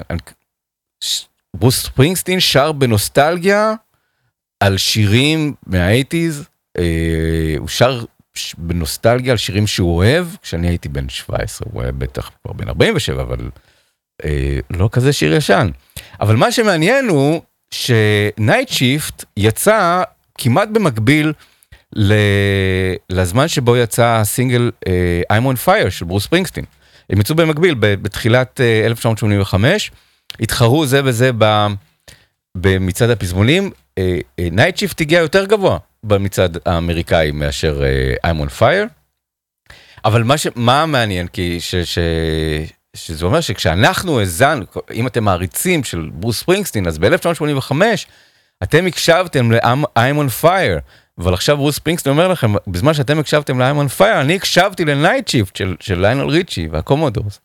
ברוס ספרינגסטין שר בנוסטלגיה על שירים מה-שמונים, אה, הוא שר בנוסטלגיה על שירים שהוא אוהב, כשאני הייתי בן שבע עשרה, הוא היה בטח כבר בן ארבעים ושבע, אבל אה, לא כזה שיר ישן. אבל מה שמעניין הוא ש-Night Shift יצא כמעט במקביל ל... לזמן שבו יצא הסינגל אה, I'm on Fire של ברוס ספרינגסטין. הם יצאו במקביל, בתחילת אה, אלף תשע מאות שמונים וחמש, התחרו זה וזה ב... במצעד הפזמונים, אה, אה, Night Shift הגיע יותר גבוה. במצעד האמריקאי מאשר uh, I'm on Fire, אבל מה, ש, מה מעניין, כי ש, ש, שזה אומר שכשאנחנו הזן, אם אתם מעריצים של ברוס ספרינגסטין, אז ב-אלף תשע מאות שמונים וחמש, אתם הקשבתם ל-I'm on Fire, אבל עכשיו ברוס ספרינגסטין אומר לכם, בזמן שאתם הקשבתם ל-I'm on Fire, אני הקשבתי ל-Night Shift של, של ליונל ריצ'י והקומודורס.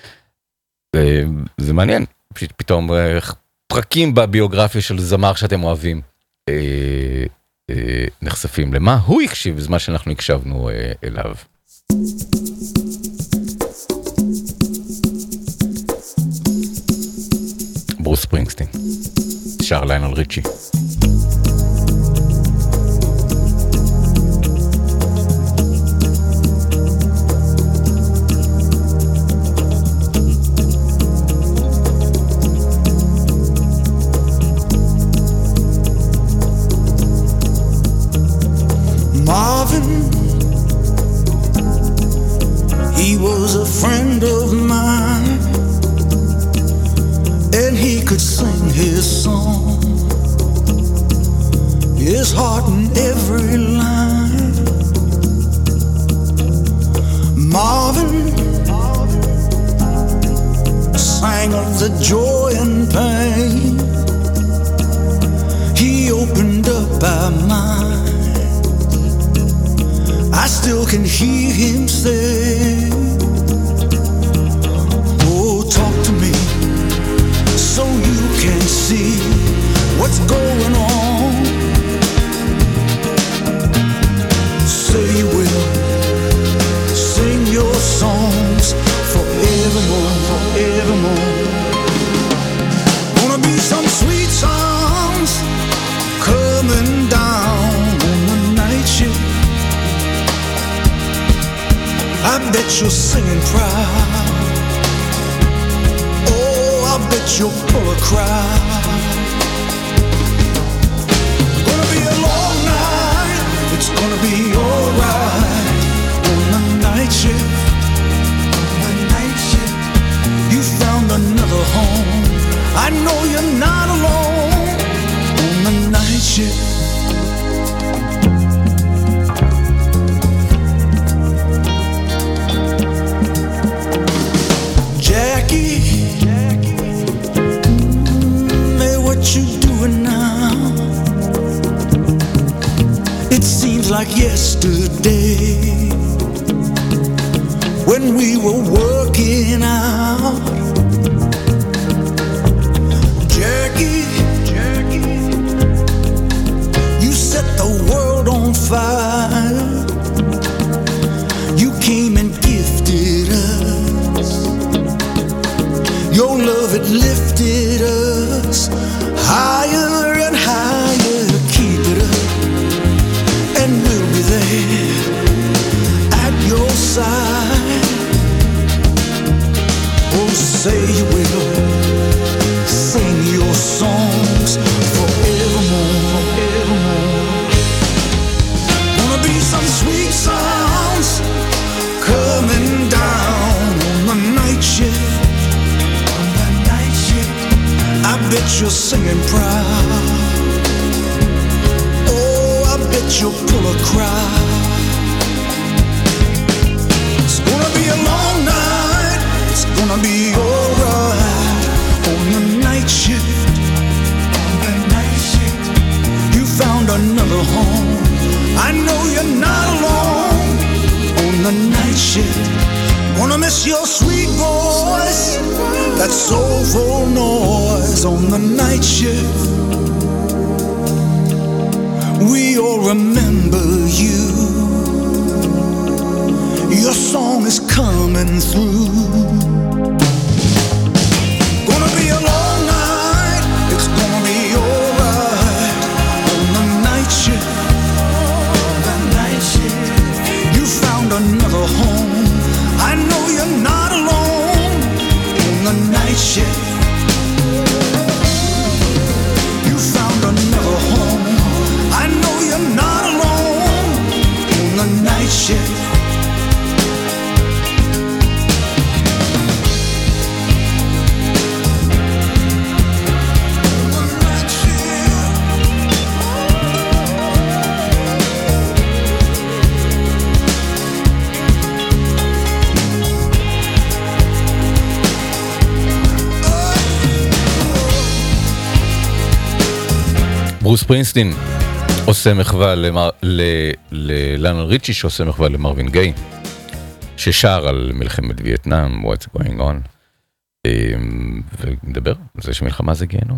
זה מעניין, פתאום פרקים בביוגרפיה של זמר שאתם אוהבים, נחשפים למה הוא הקשיב בזמן שאנחנו הקשבנו אליו. ברוס ספרינגסטין, שר ליונל ריצ'י.
Marvin, he was a friend of mine, and he could sing his song, his heart in every line. Marvin sang of the joy and pain, he opened up our mind. I still can hear him say, oh, talk to me so you can see what's going on. Say you will sing your songs forevermore, forevermore. Gonna be some sweet songs coming down on the night shift. I bet you're singing proud. Oh, I bet you're full of cry. It's gonna be a long night. It's gonna be alright on the night shift. On the night shift, you found another home. I know you're not alone on the night shift. Jackie, mm, hey, what you doing now? It seems like yesterday when we were working out. Jackie, Jackie, you set the world on fire. You came and gifted us. Your love, it lifted us higher and higher. Keep it up, and we'll be there at your side. Oh, say you will sing your songs forevermore, forevermore. Gonna be some sweet songs coming down on the night shift. I bet you're singing proud. she'll pull a crowd. It's gonna be a long night, it's gonna be alright. On the night shift, on the night shift, you found another home. I know you're not alone. On the night shift, gonna miss your sweet voice, that soulful noise. On the night shift, we all remember you. Your song is coming through. Gonna be a long night, it's gonna be alright. On the night shift, on the night shift, you found another home. I know you're not alone. On the night shift, you found another home. I know you're not alone. On the night shift,
ברוס פרינסטין עושה מחווה ללאנל ריצ'י, שעושה מחווה למרווין גיי, ששר על מלחמת וייטנאם, What's going on, ונדבר על זה שמלחמה זה גיהנום.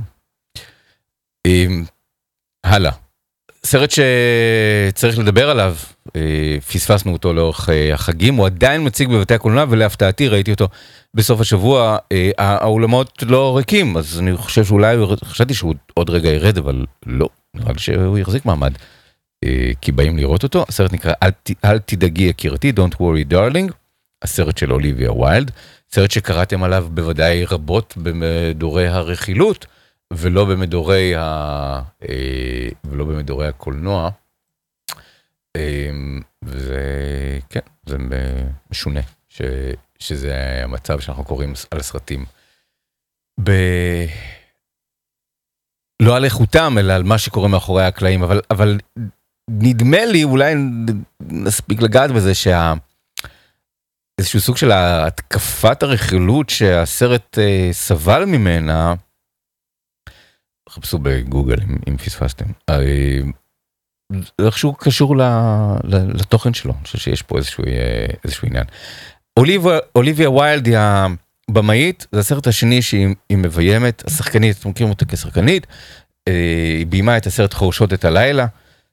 הלאה, סרט שצריך לדבר עליו, פספסנו אותו לאורך החגים, הוא עדיין מציג בבתי הקולנוע, ולהפתעתי ראיתי אותו בסוף השבוע. האולמות לא ריקים, אז אני חושב שאולי, חשבתי שהוא עוד רגע ירד, אבל לא, נראה לי שהוא יחזיק מעמד, כי באים לראות אותו. הסרט נקרא אל, אל תדאגי יקירתי, Don't worry darling, הסרט של אוליביה ויילד, סרט שקראתם עליו בוודאי רבות במדורי הרכילות, ולא במדורי, ה... ולא במדורי הקולנוע. וזה, כן, זה משונה, ש... שזה המצב שאנחנו קוראים על הסרטים. ב... לא על איכותם, אלא על מה שקורה מאחורי הקלעים, אבל, אבל נדמה לי, אולי נספיק לגעת בזה, שה... איזשהו סוג של התקפת הרכילות שהסרט אה, סבל ממנה, חפשו בגוגל אם, אם פספסתם, אה, איכשהו קשור ל, ל, לתוכן שלו, אני חושב שיש פה איזשהו, איזשהו עניין. אוליביה, אוליביה ויילד היא הבמאית, זה הסרט השני שהיא מביימת, השחקנית, אתם מכירים אותה כשחקנית, היא ביימה את הסרט חורשות את הלילה,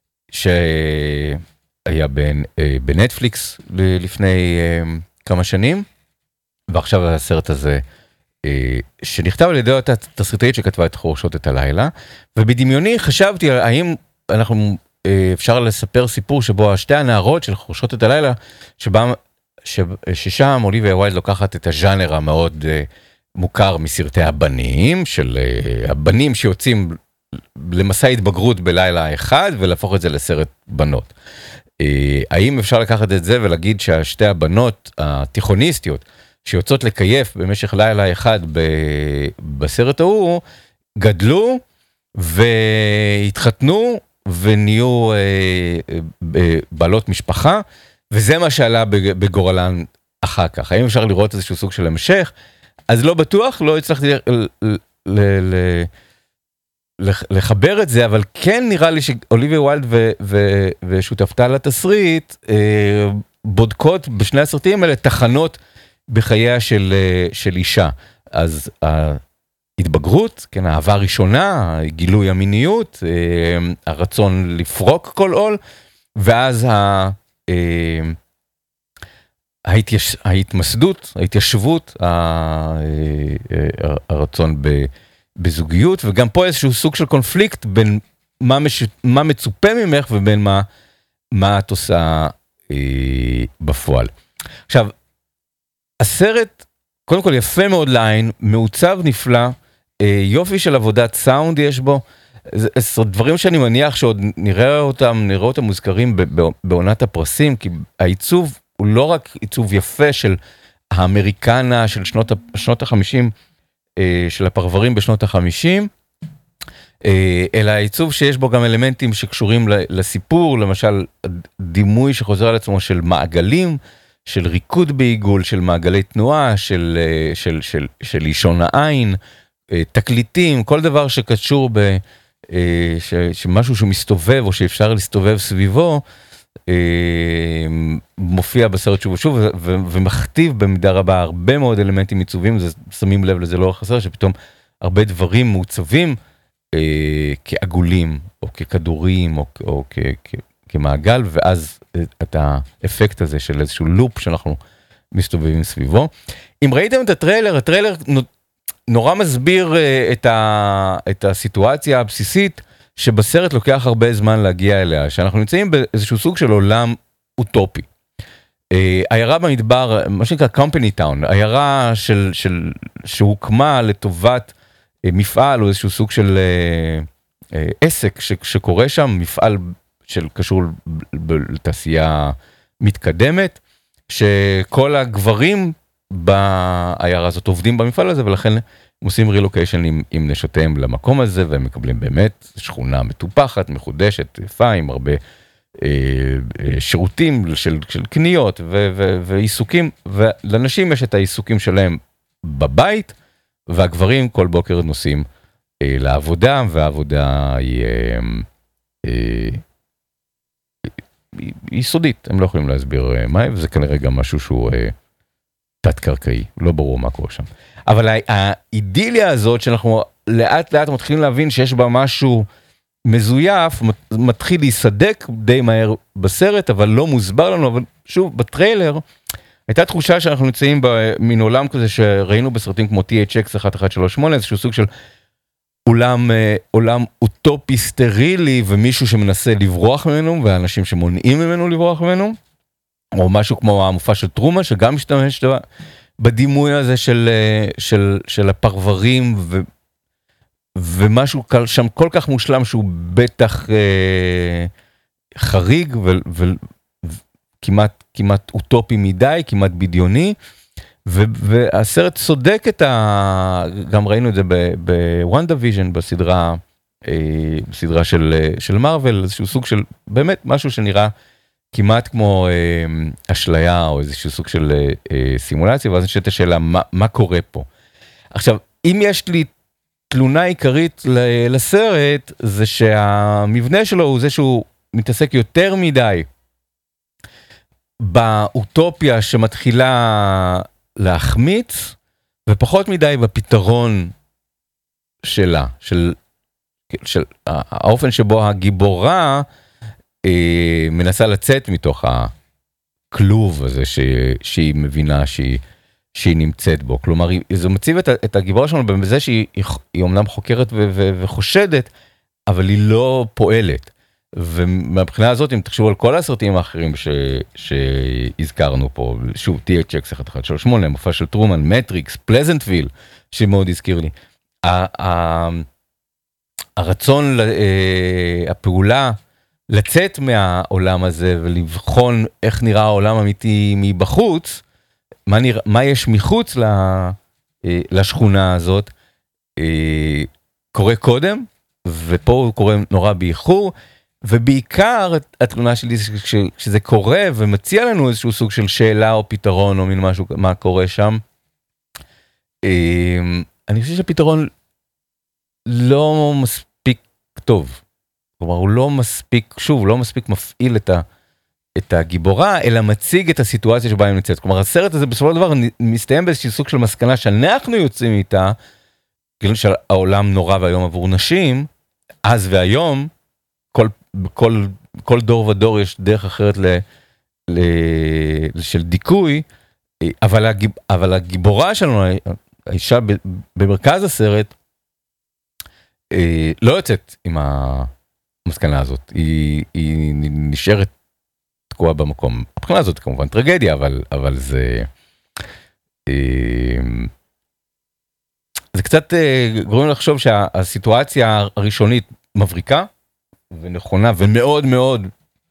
שהיה בנטפליקס לפני כמה שנים, ועכשיו הסרט הזה, שנכתב על ידי אותה תסריטאית שכתבה את חורשות את הלילה, ובדמיוני חשבתי, האם אנחנו, אפשר לספר סיפור שבו שתי הנערות של חורשות את הלילה, שבה, ששם אוליביה ויילד לוקחת את הז'אנר המאוד מוכר מסרטי הבנים, של הבנים שיוצאים למסע התבגרות בלילה אחד, ולהפוך את זה לסרט בנות. האם אפשר לקחת את זה ולהגיד שהשתי הבנות התיכוניסטיות, שיוצאות לקייף במשך לילה אחד בסרט ההוא, גדלו והתחתנו ונהיו בעלות משפחה, וזה מה שעלה בגורלן אחר כך. האם אפשר לראות איזשהו סוג של המשך? אז לא בטוח, לא הצלחתי לחבר את זה, אבל כן נראה לי שאוליביה ויילד ושותפתה לתסריט בודקות בשני הסרטים האלה תחנות בחייה של, של אישה. אז ההתבגרות, כן, האהבה הראשונה, גילוי המיניות, הרצון לפרוק כל עול, ואז ה, ההתייש, ההתמסדות, ההתיישבות, הרצון בזוגיות, וגם פה איזשהו סוג של קונפליקט בין מה, מש, מה מצופה ממך ובין מה, מה את עושה בפועל. עכשיו, הסרט, קודם כל יפה מאוד לעין, מעוצב נפלא, יופי של עבודת סאונד יש בו, זה דברים שאני מניח שעוד נראה אותם, נראה אותם מוזכרים בעונת הפרסים, כי העיצוב הוא לא רק עיצוב יפה של האמריקנה של שנות, שנות החמישים, של הפרברים בשנות החמישים, אלא העיצוב שיש בו גם אלמנטים שקשורים לסיפור, למשל דימוי שחוזר על עצמו של מעגלים, של ריקוד בעיגול, של מעגלי תנועה, של, של, של, של אישון העין, תקליטים, כל דבר שקשור ב, ש, שמשהו שמסתובב או שאפשר להסתובב סביבו, מופיע בסרט שוב ושוב, ו- ומכתיב במידה רבה הרבה מאוד אלמנטים עיצובים, שמים לב לזה לא חסר, שפתאום הרבה דברים מעוצבים כעגולים, או ככדורים, או, או כ- כ- כמעגל, ואז את האפקט הזה של איזשהו לופ שאנחנו מסתובבים סביבו. אם ראיתם את הטריילר, הטריילר נורא מסביר את, ה- את הסיטואציה הבסיסית, שבסרט לוקח הרבה זמן להגיע אליה, שאנחנו נמצאים באיזשהו סוג של עולם אוטופי. עיירה במדבר, מה שנקרא company town, עיירה של, של, שהוקמה לטובת מפעל או איזשהו סוג של עסק ש, שקורה שם, מפעל של קשור לתעשייה מתקדמת, שכל הגברים בעיירה הזאת עובדים במפעל הזה, ולכן הם עושים רילוקיישן עם, עם נשותיהם למקום הזה, והם מקבלים באמת שכונה מטופחת, מחודשת, יפה, עם הרבה אה, אה, שירותים של, של קניות ו, ו, ועיסוקים, ולנשים יש את העיסוקים שלהם בבית, והגברים כל בוקר נוסעים אה, לעבודה, והעבודה היא, אה, אה, היא, היא סודית, הם לא יכולים להסביר אה, מה, וזה כנראה גם משהו שהוא אה, תת-קרקעי, לא ברור מה קורה שם. אבל האידיליה הזאת שאנחנו לאט לאט מתחילים להבין שיש בה משהו מזויף, מתחיל להיסדק די מהר בסרט, אבל לא מוסבר לנו, אבל שוב, בטריילר, הייתה תחושה שאנחנו נמצאים במין עולם כזה שראינו בסרטים כמו טי אייץ' אקס אחת אחת שלוש שמונה, איזשהו סוג של עולם, עולם אוטופי סטרילי, ומישהו שמנסה לברוח ממנו, ואנשים שמונעים ממנו לברוח ממנו, או משהו כמו המופע של טרומן, שגם משתמש דבר, בדימוי הזה של, של, של הפרברים, ו, ומשהו שם כל כך מושלם, שהוא בטח אה, חריג, ו, ו, וכמעט כמעט אוטופי מדי, כמעט בדיוני, ו, והסרט סודק את ה... גם ראינו את זה בוונדה ויז'ן, בסדרה, אה, בסדרה של, של מרוול, איזשהו סוג של, באמת משהו שנראה, כמעט כמו אה, אשליה או איזשהו סוג של אה, אה, סימולציה, ואז נשאלת השאלה, מה, מה קורה פה? עכשיו, אם יש לי תלונה עיקרית לסרט, זה שהמבנה שלו הוא זה שהוא מתעסק יותר מדי באוטופיה שמתחילה להחמיץ, ופחות מדי בפתרון שלה, של, של האופן שבו הגיבורה, מנסה לצאת מתוך הכלוב הזה ש, שהיא מבינה שהיא, שהיא נמצאת בו. כלומר, זה מציב את, את הגיבורה שלנו בזה שהיא היא אומנם חוקרת ו, ו, וחושדת, אבל היא לא פועלת. ומהבחינה הזאת, אם תחשבו על כל הסרטים האחרים ש, שהזכרנו פה, שוב, טי אייץ' אקס אחת אחת שלוש שמונה, מופע של טרומן, מטריקס, פלזנטוויל, שמאוד הזכיר לי. ה, ה, הרצון, הפעולה, לצאת מהעולם הזה ולבחון איך נראה העולם אמיתי מבחוץ, מה, נרא... מה יש מחוץ לשכונה הזאת, קורה קודם, ופה הוא קורה נורא באיחור, ובעיקר התלונה שלי שזה קורה ומציע לנו איזשהו סוג של שאלה או פתרון או מין משהו, מה קורה שם. אני חושב שהפתרון לא מספיק טוב. כלומר, הוא לא מספיק, שוב, הוא לא מספיק מפעיל את, ה, את הגיבורה, אלא מציג את הסיטואציה שבה היא נמצאת. כלומר, הסרט הזה בסופו של דבר מסתיים באיזשהו סוג של מסקנה שאנחנו יוצאים איתה, כאילו שהעולם נורא והיום עבור נשים, אז והיום, כל, כל, כל דור ודור יש דרך אחרת ל, ל, של דיכוי, אבל, הגיב, אבל הגיבורה שלנו, האישה במרכז הסרט, לא יוצאת עם ה... המסקנה הזאת, היא, היא נשארת תקועה במקום. הבחינה הזאת כמובן טרגדיה, אבל, אבל זה, זה קצת גורם לחשוב שהסיטואציה הראשונית מבריקה, ונכונה, ומאוד מאוד,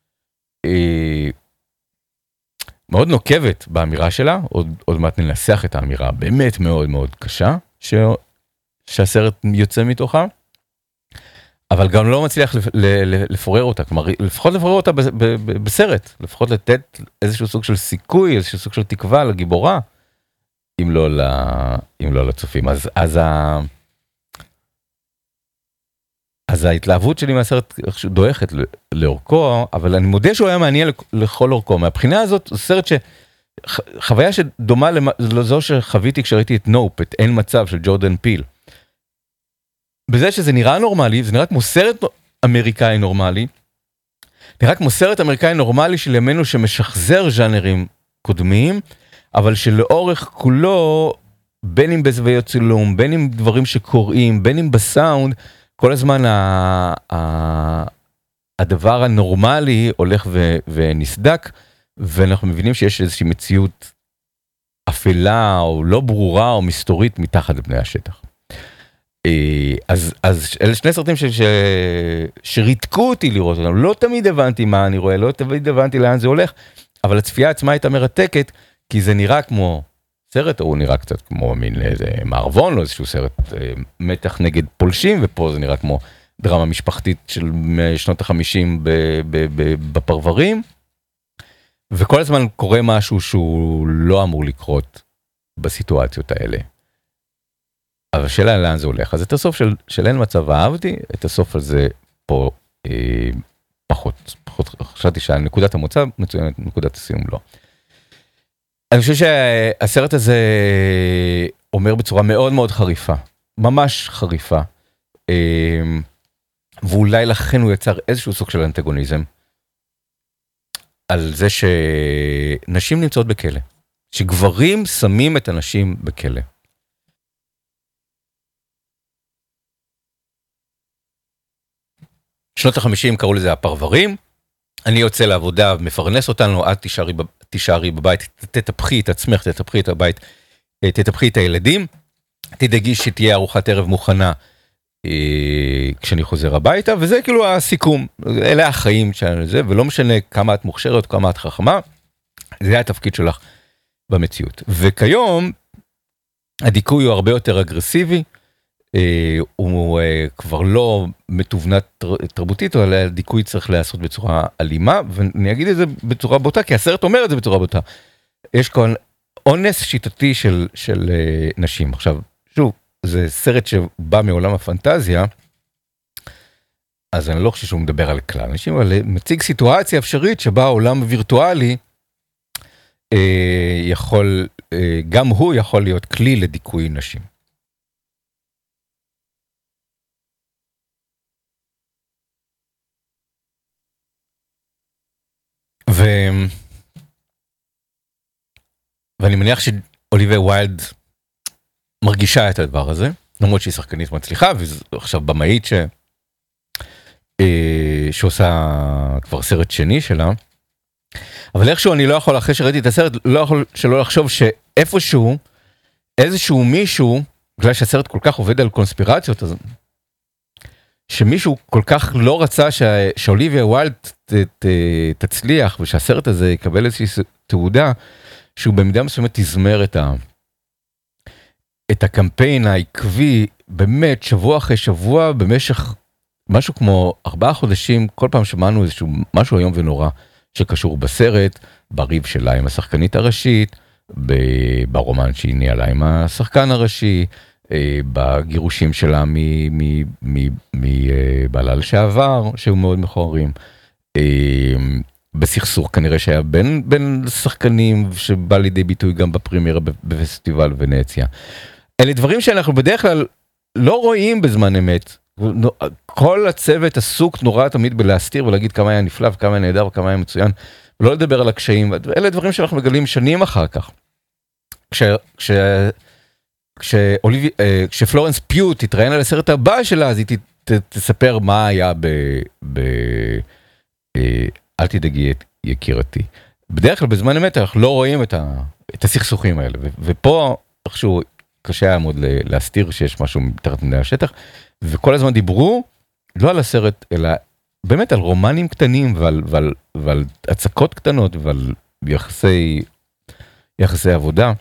מאוד נוקבת באמירה שלה, עוד, עוד מעט ננסח את האמירה, באמת מאוד מאוד קשה, ש, שהסרט יוצא מתוכה, אבל גם לא מצליח לפורר אותה, כלומר, לפחות לפורר אותה בסרט, לפחות לתת איזשהו סוג של סיכוי, איזשהו סוג של תקווה לגיבורה, אם לא, אם לא לצופים. אז, אז, ה... אז ההתלהבות שלי מהסרט דועכת לאורכו, אבל אני מודה שהוא היה מעניין לכל אורכו. מהבחינה הזאת, זה סרט ש... חוויה שדומה לזו שחוויתי כשראיתי את נופ, את אין מצב של ג'ורדן פיל. בזה שזה נראה נורמלי, זה נראה כמו סרט אמריקאי נורמלי, נראה כמו סרט אמריקאי נורמלי של ימינו שמשחזר ז'אנרים קודמים, אבל שלאורך כולו, בין אם בזוויות צילום, בין אם דברים שקוראים, בין אם בסאונד, כל הזמן ה- ה- הדבר הנורמלי הולך ו- ונסדק, ואנחנו מבינים שיש איזושהי מציאות אפלה או לא ברורה או מסתורית מתחת לפני השטח. אז, אז אלה שני סרטים ש, ש, שריתקו אותי לראות אותם, לא תמיד הבנתי מה אני רואה, לא תמיד הבנתי לאן זה הולך, אבל הצפייה עצמה הייתה מרתקת, כי זה נראה כמו סרט, או הוא נראה קצת כמו מין איזה מערבון, או איזשהו סרט מתח נגד פולשים, ופה זה נראה כמו דרמה משפחתית של שנות החמישים בפרברים, וכל הזמן קורה משהו שהוא לא אמור לקרות בסיטואציות האלה. אבל שאלה לאן זה הולך. אז את הסוף של, של אין מצב אהבתי, את הסוף הזה פה אה, פחות, פחות, חשבתי שהנקודת המוצא מצוינת, נקודת הסיום לא. אני חושב שהסרט הזה אומר בצורה מאוד מאוד חריפה, ממש חריפה, אה, ואולי לכן הוא יצר איזשהו סוג של אנטגוניזם, על זה שנשים נמצאות בכלא, שגברים שמים את הנשים בכלא. שנות החמישים קראו לזה הפרברים, אני יוצא לעבודה, מפרנס אותנו, את תישארי, תישארי בבית, תטפחי את עצמך, תטפחי את הבית, תטפחי את הילדים, תדאגי שתהיה ארוחת ערב מוכנה אה, כשאני חוזר הביתה, וזה כאילו הסיכום, אלה החיים שלנו לזה, ולא משנה כמה את מוכשרת, כמה את חכמה, זה היה התפקיד שלך במציאות. וכיום, הדיכוי הוא הרבה יותר אגרסיבי, Uh, הוא uh, כבר לא מתובנת תרבותית, אבל הדיכוי צריך לעשות בצורה אלימה, ואני אגיד את זה בצורה בוטה, כי הסרט אומר את זה בצורה בוטה. יש כאן אונס שיטתי של, של uh, נשים. עכשיו, שוב, זה סרט שבא מעולם הפנטזיה, אז אני לא חושב שהוא מדבר על כלל נשים, אבל מציג סיטואציה אפשרית שבה העולם הווירטואלי uh, יכול, uh, גם הוא יכול להיות כלי לדיכוי נשים. ו... ואני מניח שאוליביה ויילד מרגישה את הדבר הזה, למרות שהיא שחקנית מצליחה, ועכשיו במאית ש... שעושה כבר סרט שני שלה, אבל איכשהו אני לא יכול, אחרי שראיתי את הסרט, לא יכול שלא לחשוב שאיפשהו, איזשהו מישהו, בגלל שהסרט כל כך עובד על קונספירציות, אז... שמישהו כל כך לא רצה ש... שאוליביה ויילד ת... ת... תצליח, ושהסרט הזה יקבל איזושהי תעודה, שהוא במידה מסוימת תזמר את, ה... את הקמפיין העקבי, באמת שבוע אחרי שבוע, במשך משהו כמו ארבעה חודשים, כל פעם שמענו איזשהו משהו היום ונורא, שקשור בסרט, בריב שלה עם השחקנית הראשית, ברומן שהיא ניהלה עם השחקן הראשי, בגירושים שלה מבעלה לשעבר, שהיו מאוד מכוערים, בסכסוך כנראה שהיה בין, בין שחקנים, שבא לידי ביטוי גם בפרימיירה בפסטיבל ונציה. אלה דברים שאנחנו בדרך כלל לא רואים בזמן אמת, כל הצוות עסוק נורא תמיד בלהסתיר ולהגיד כמה היה נפלא וכמה היה נהדר וכמה היה מצוין, ולא לדבר על הקשיים, אלה דברים שאנחנו מגלים שנים אחר כך. כש... כש... כשפלורנס פיו תתראיין על הסרט הבא שלה, אז היא תספר מה היה ב... ב... אל תדאגי יקירתי. בדרך כלל בזמן אמת אנחנו לא רואים את, ה... את הסכסוכים האלה, ו... ופה איכשהו קשה היה מאוד להסתיר שיש משהו מתחת פני השטח, וכל הזמן דיברו לא על הסרט, אלא באמת על רומנים קטנים, ועל, ועל, ועל הצקות קטנות, ועל יחסי, יחסי עבודה.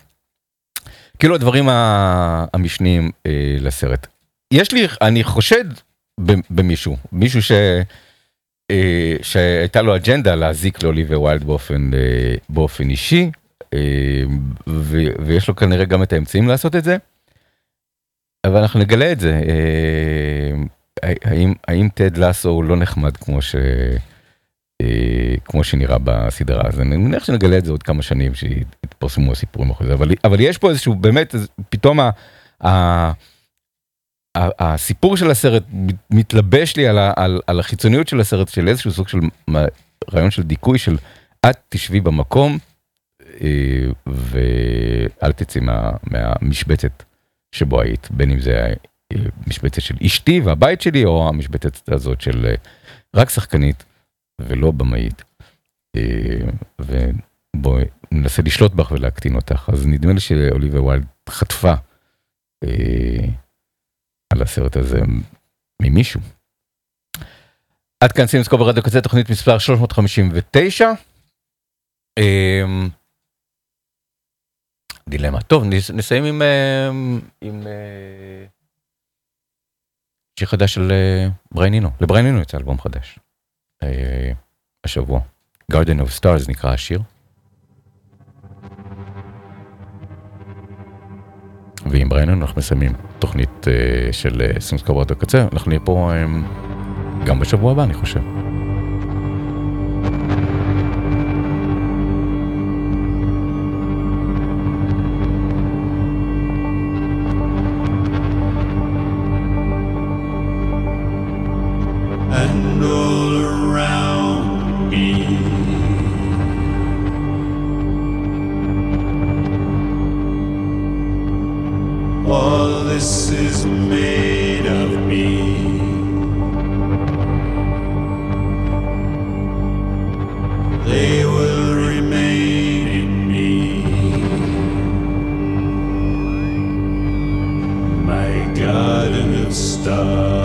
כאילו הדברים המשניים אה, לסרט. יש לי, אני חושד במישהו, מישהו ש... שהייתה לו אג'נדה להזיק לאוליביה ויילד באופן, באופן אישי, ויש לו כנראה גם את האמצעים לעשות את זה, אבל אנחנו נגלה את זה. האם, האם טד לסו הוא לא נחמד כמו ש... כמו שנראה בסדרה, אז אני מניח שנגלה את זה עוד כמה שנים שיתפרסמו הסיפורים אחרי זה, אבל, אבל יש פה איזשהו באמת, פתאום ה... ה הסיפור של הסרט מתלבש לי על, על, על החיצוניות של הסרט, של איזשהו סוג של רעיון של דיכוי, של את תשבי במקום, ואל תצאי מה, מהמשבצת שבו היית, בין אם זה המשבצת של אשתי והבית שלי, או המשבצת הזאת של רק שחקנית ולא במאית, ובואי ננסה לשלוט בך ולהקטין אותך. אז נדמה לי שאוליביה ויילד חטפה על הסרט הזה ממישהו. עד כאן סימסקו ברדיו קצה, תוכנית מספר שלוש מאות חמישים ותשע. דילמה. טוב, נסיים עם עם שיר חדש של בריין אינו. לבריין אינו יצא אלבום חדש השבוע. Garden of Stars נקרא השיר. ועם בריין אינו אנחנו מסיימים תוכנית של סימסקו ברדיו קצה. אנחנו נהיה פה גם בשבוע הבא, אני חושב.
And all around me all this is made of me. They will remain in me. My garden of stars.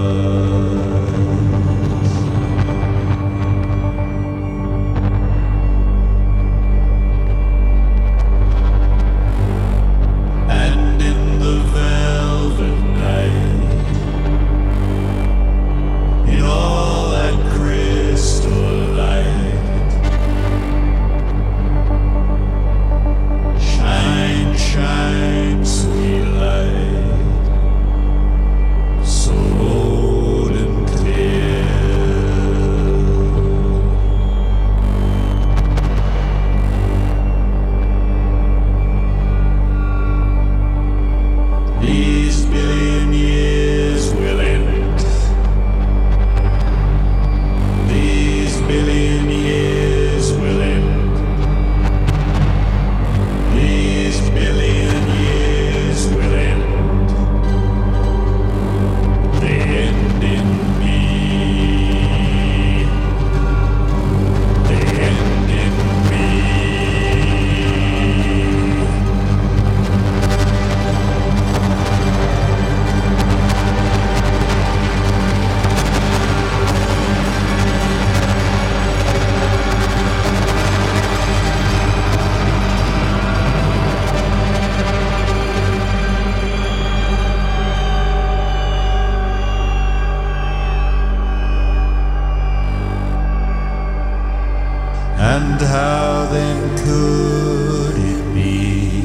And how then could it be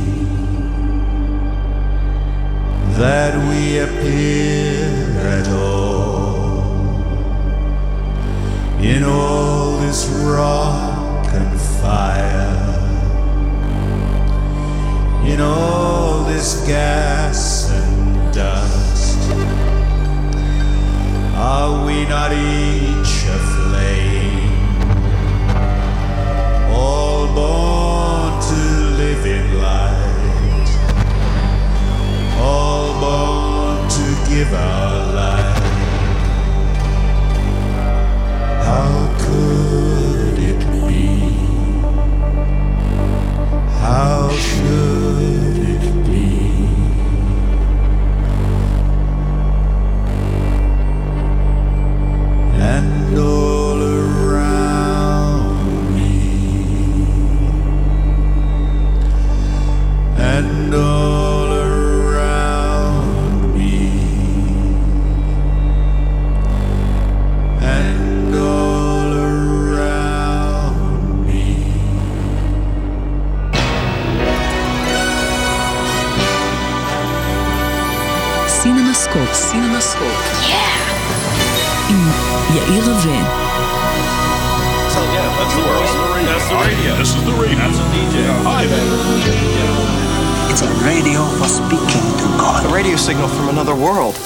that we appear at all in all this rock and fire, in all this gas and dust? Are we not each a flame, all born to live in light, all born to give our life? How could it be? How should it be? And oh,
סינמסקופ. סינמסקופ. עם יאיר רווה.
So yeah, that's the world. That's the radio. This is the radio. That's a D J. Hi there.
It's a radio for speaking to God.
A radio signal from another world.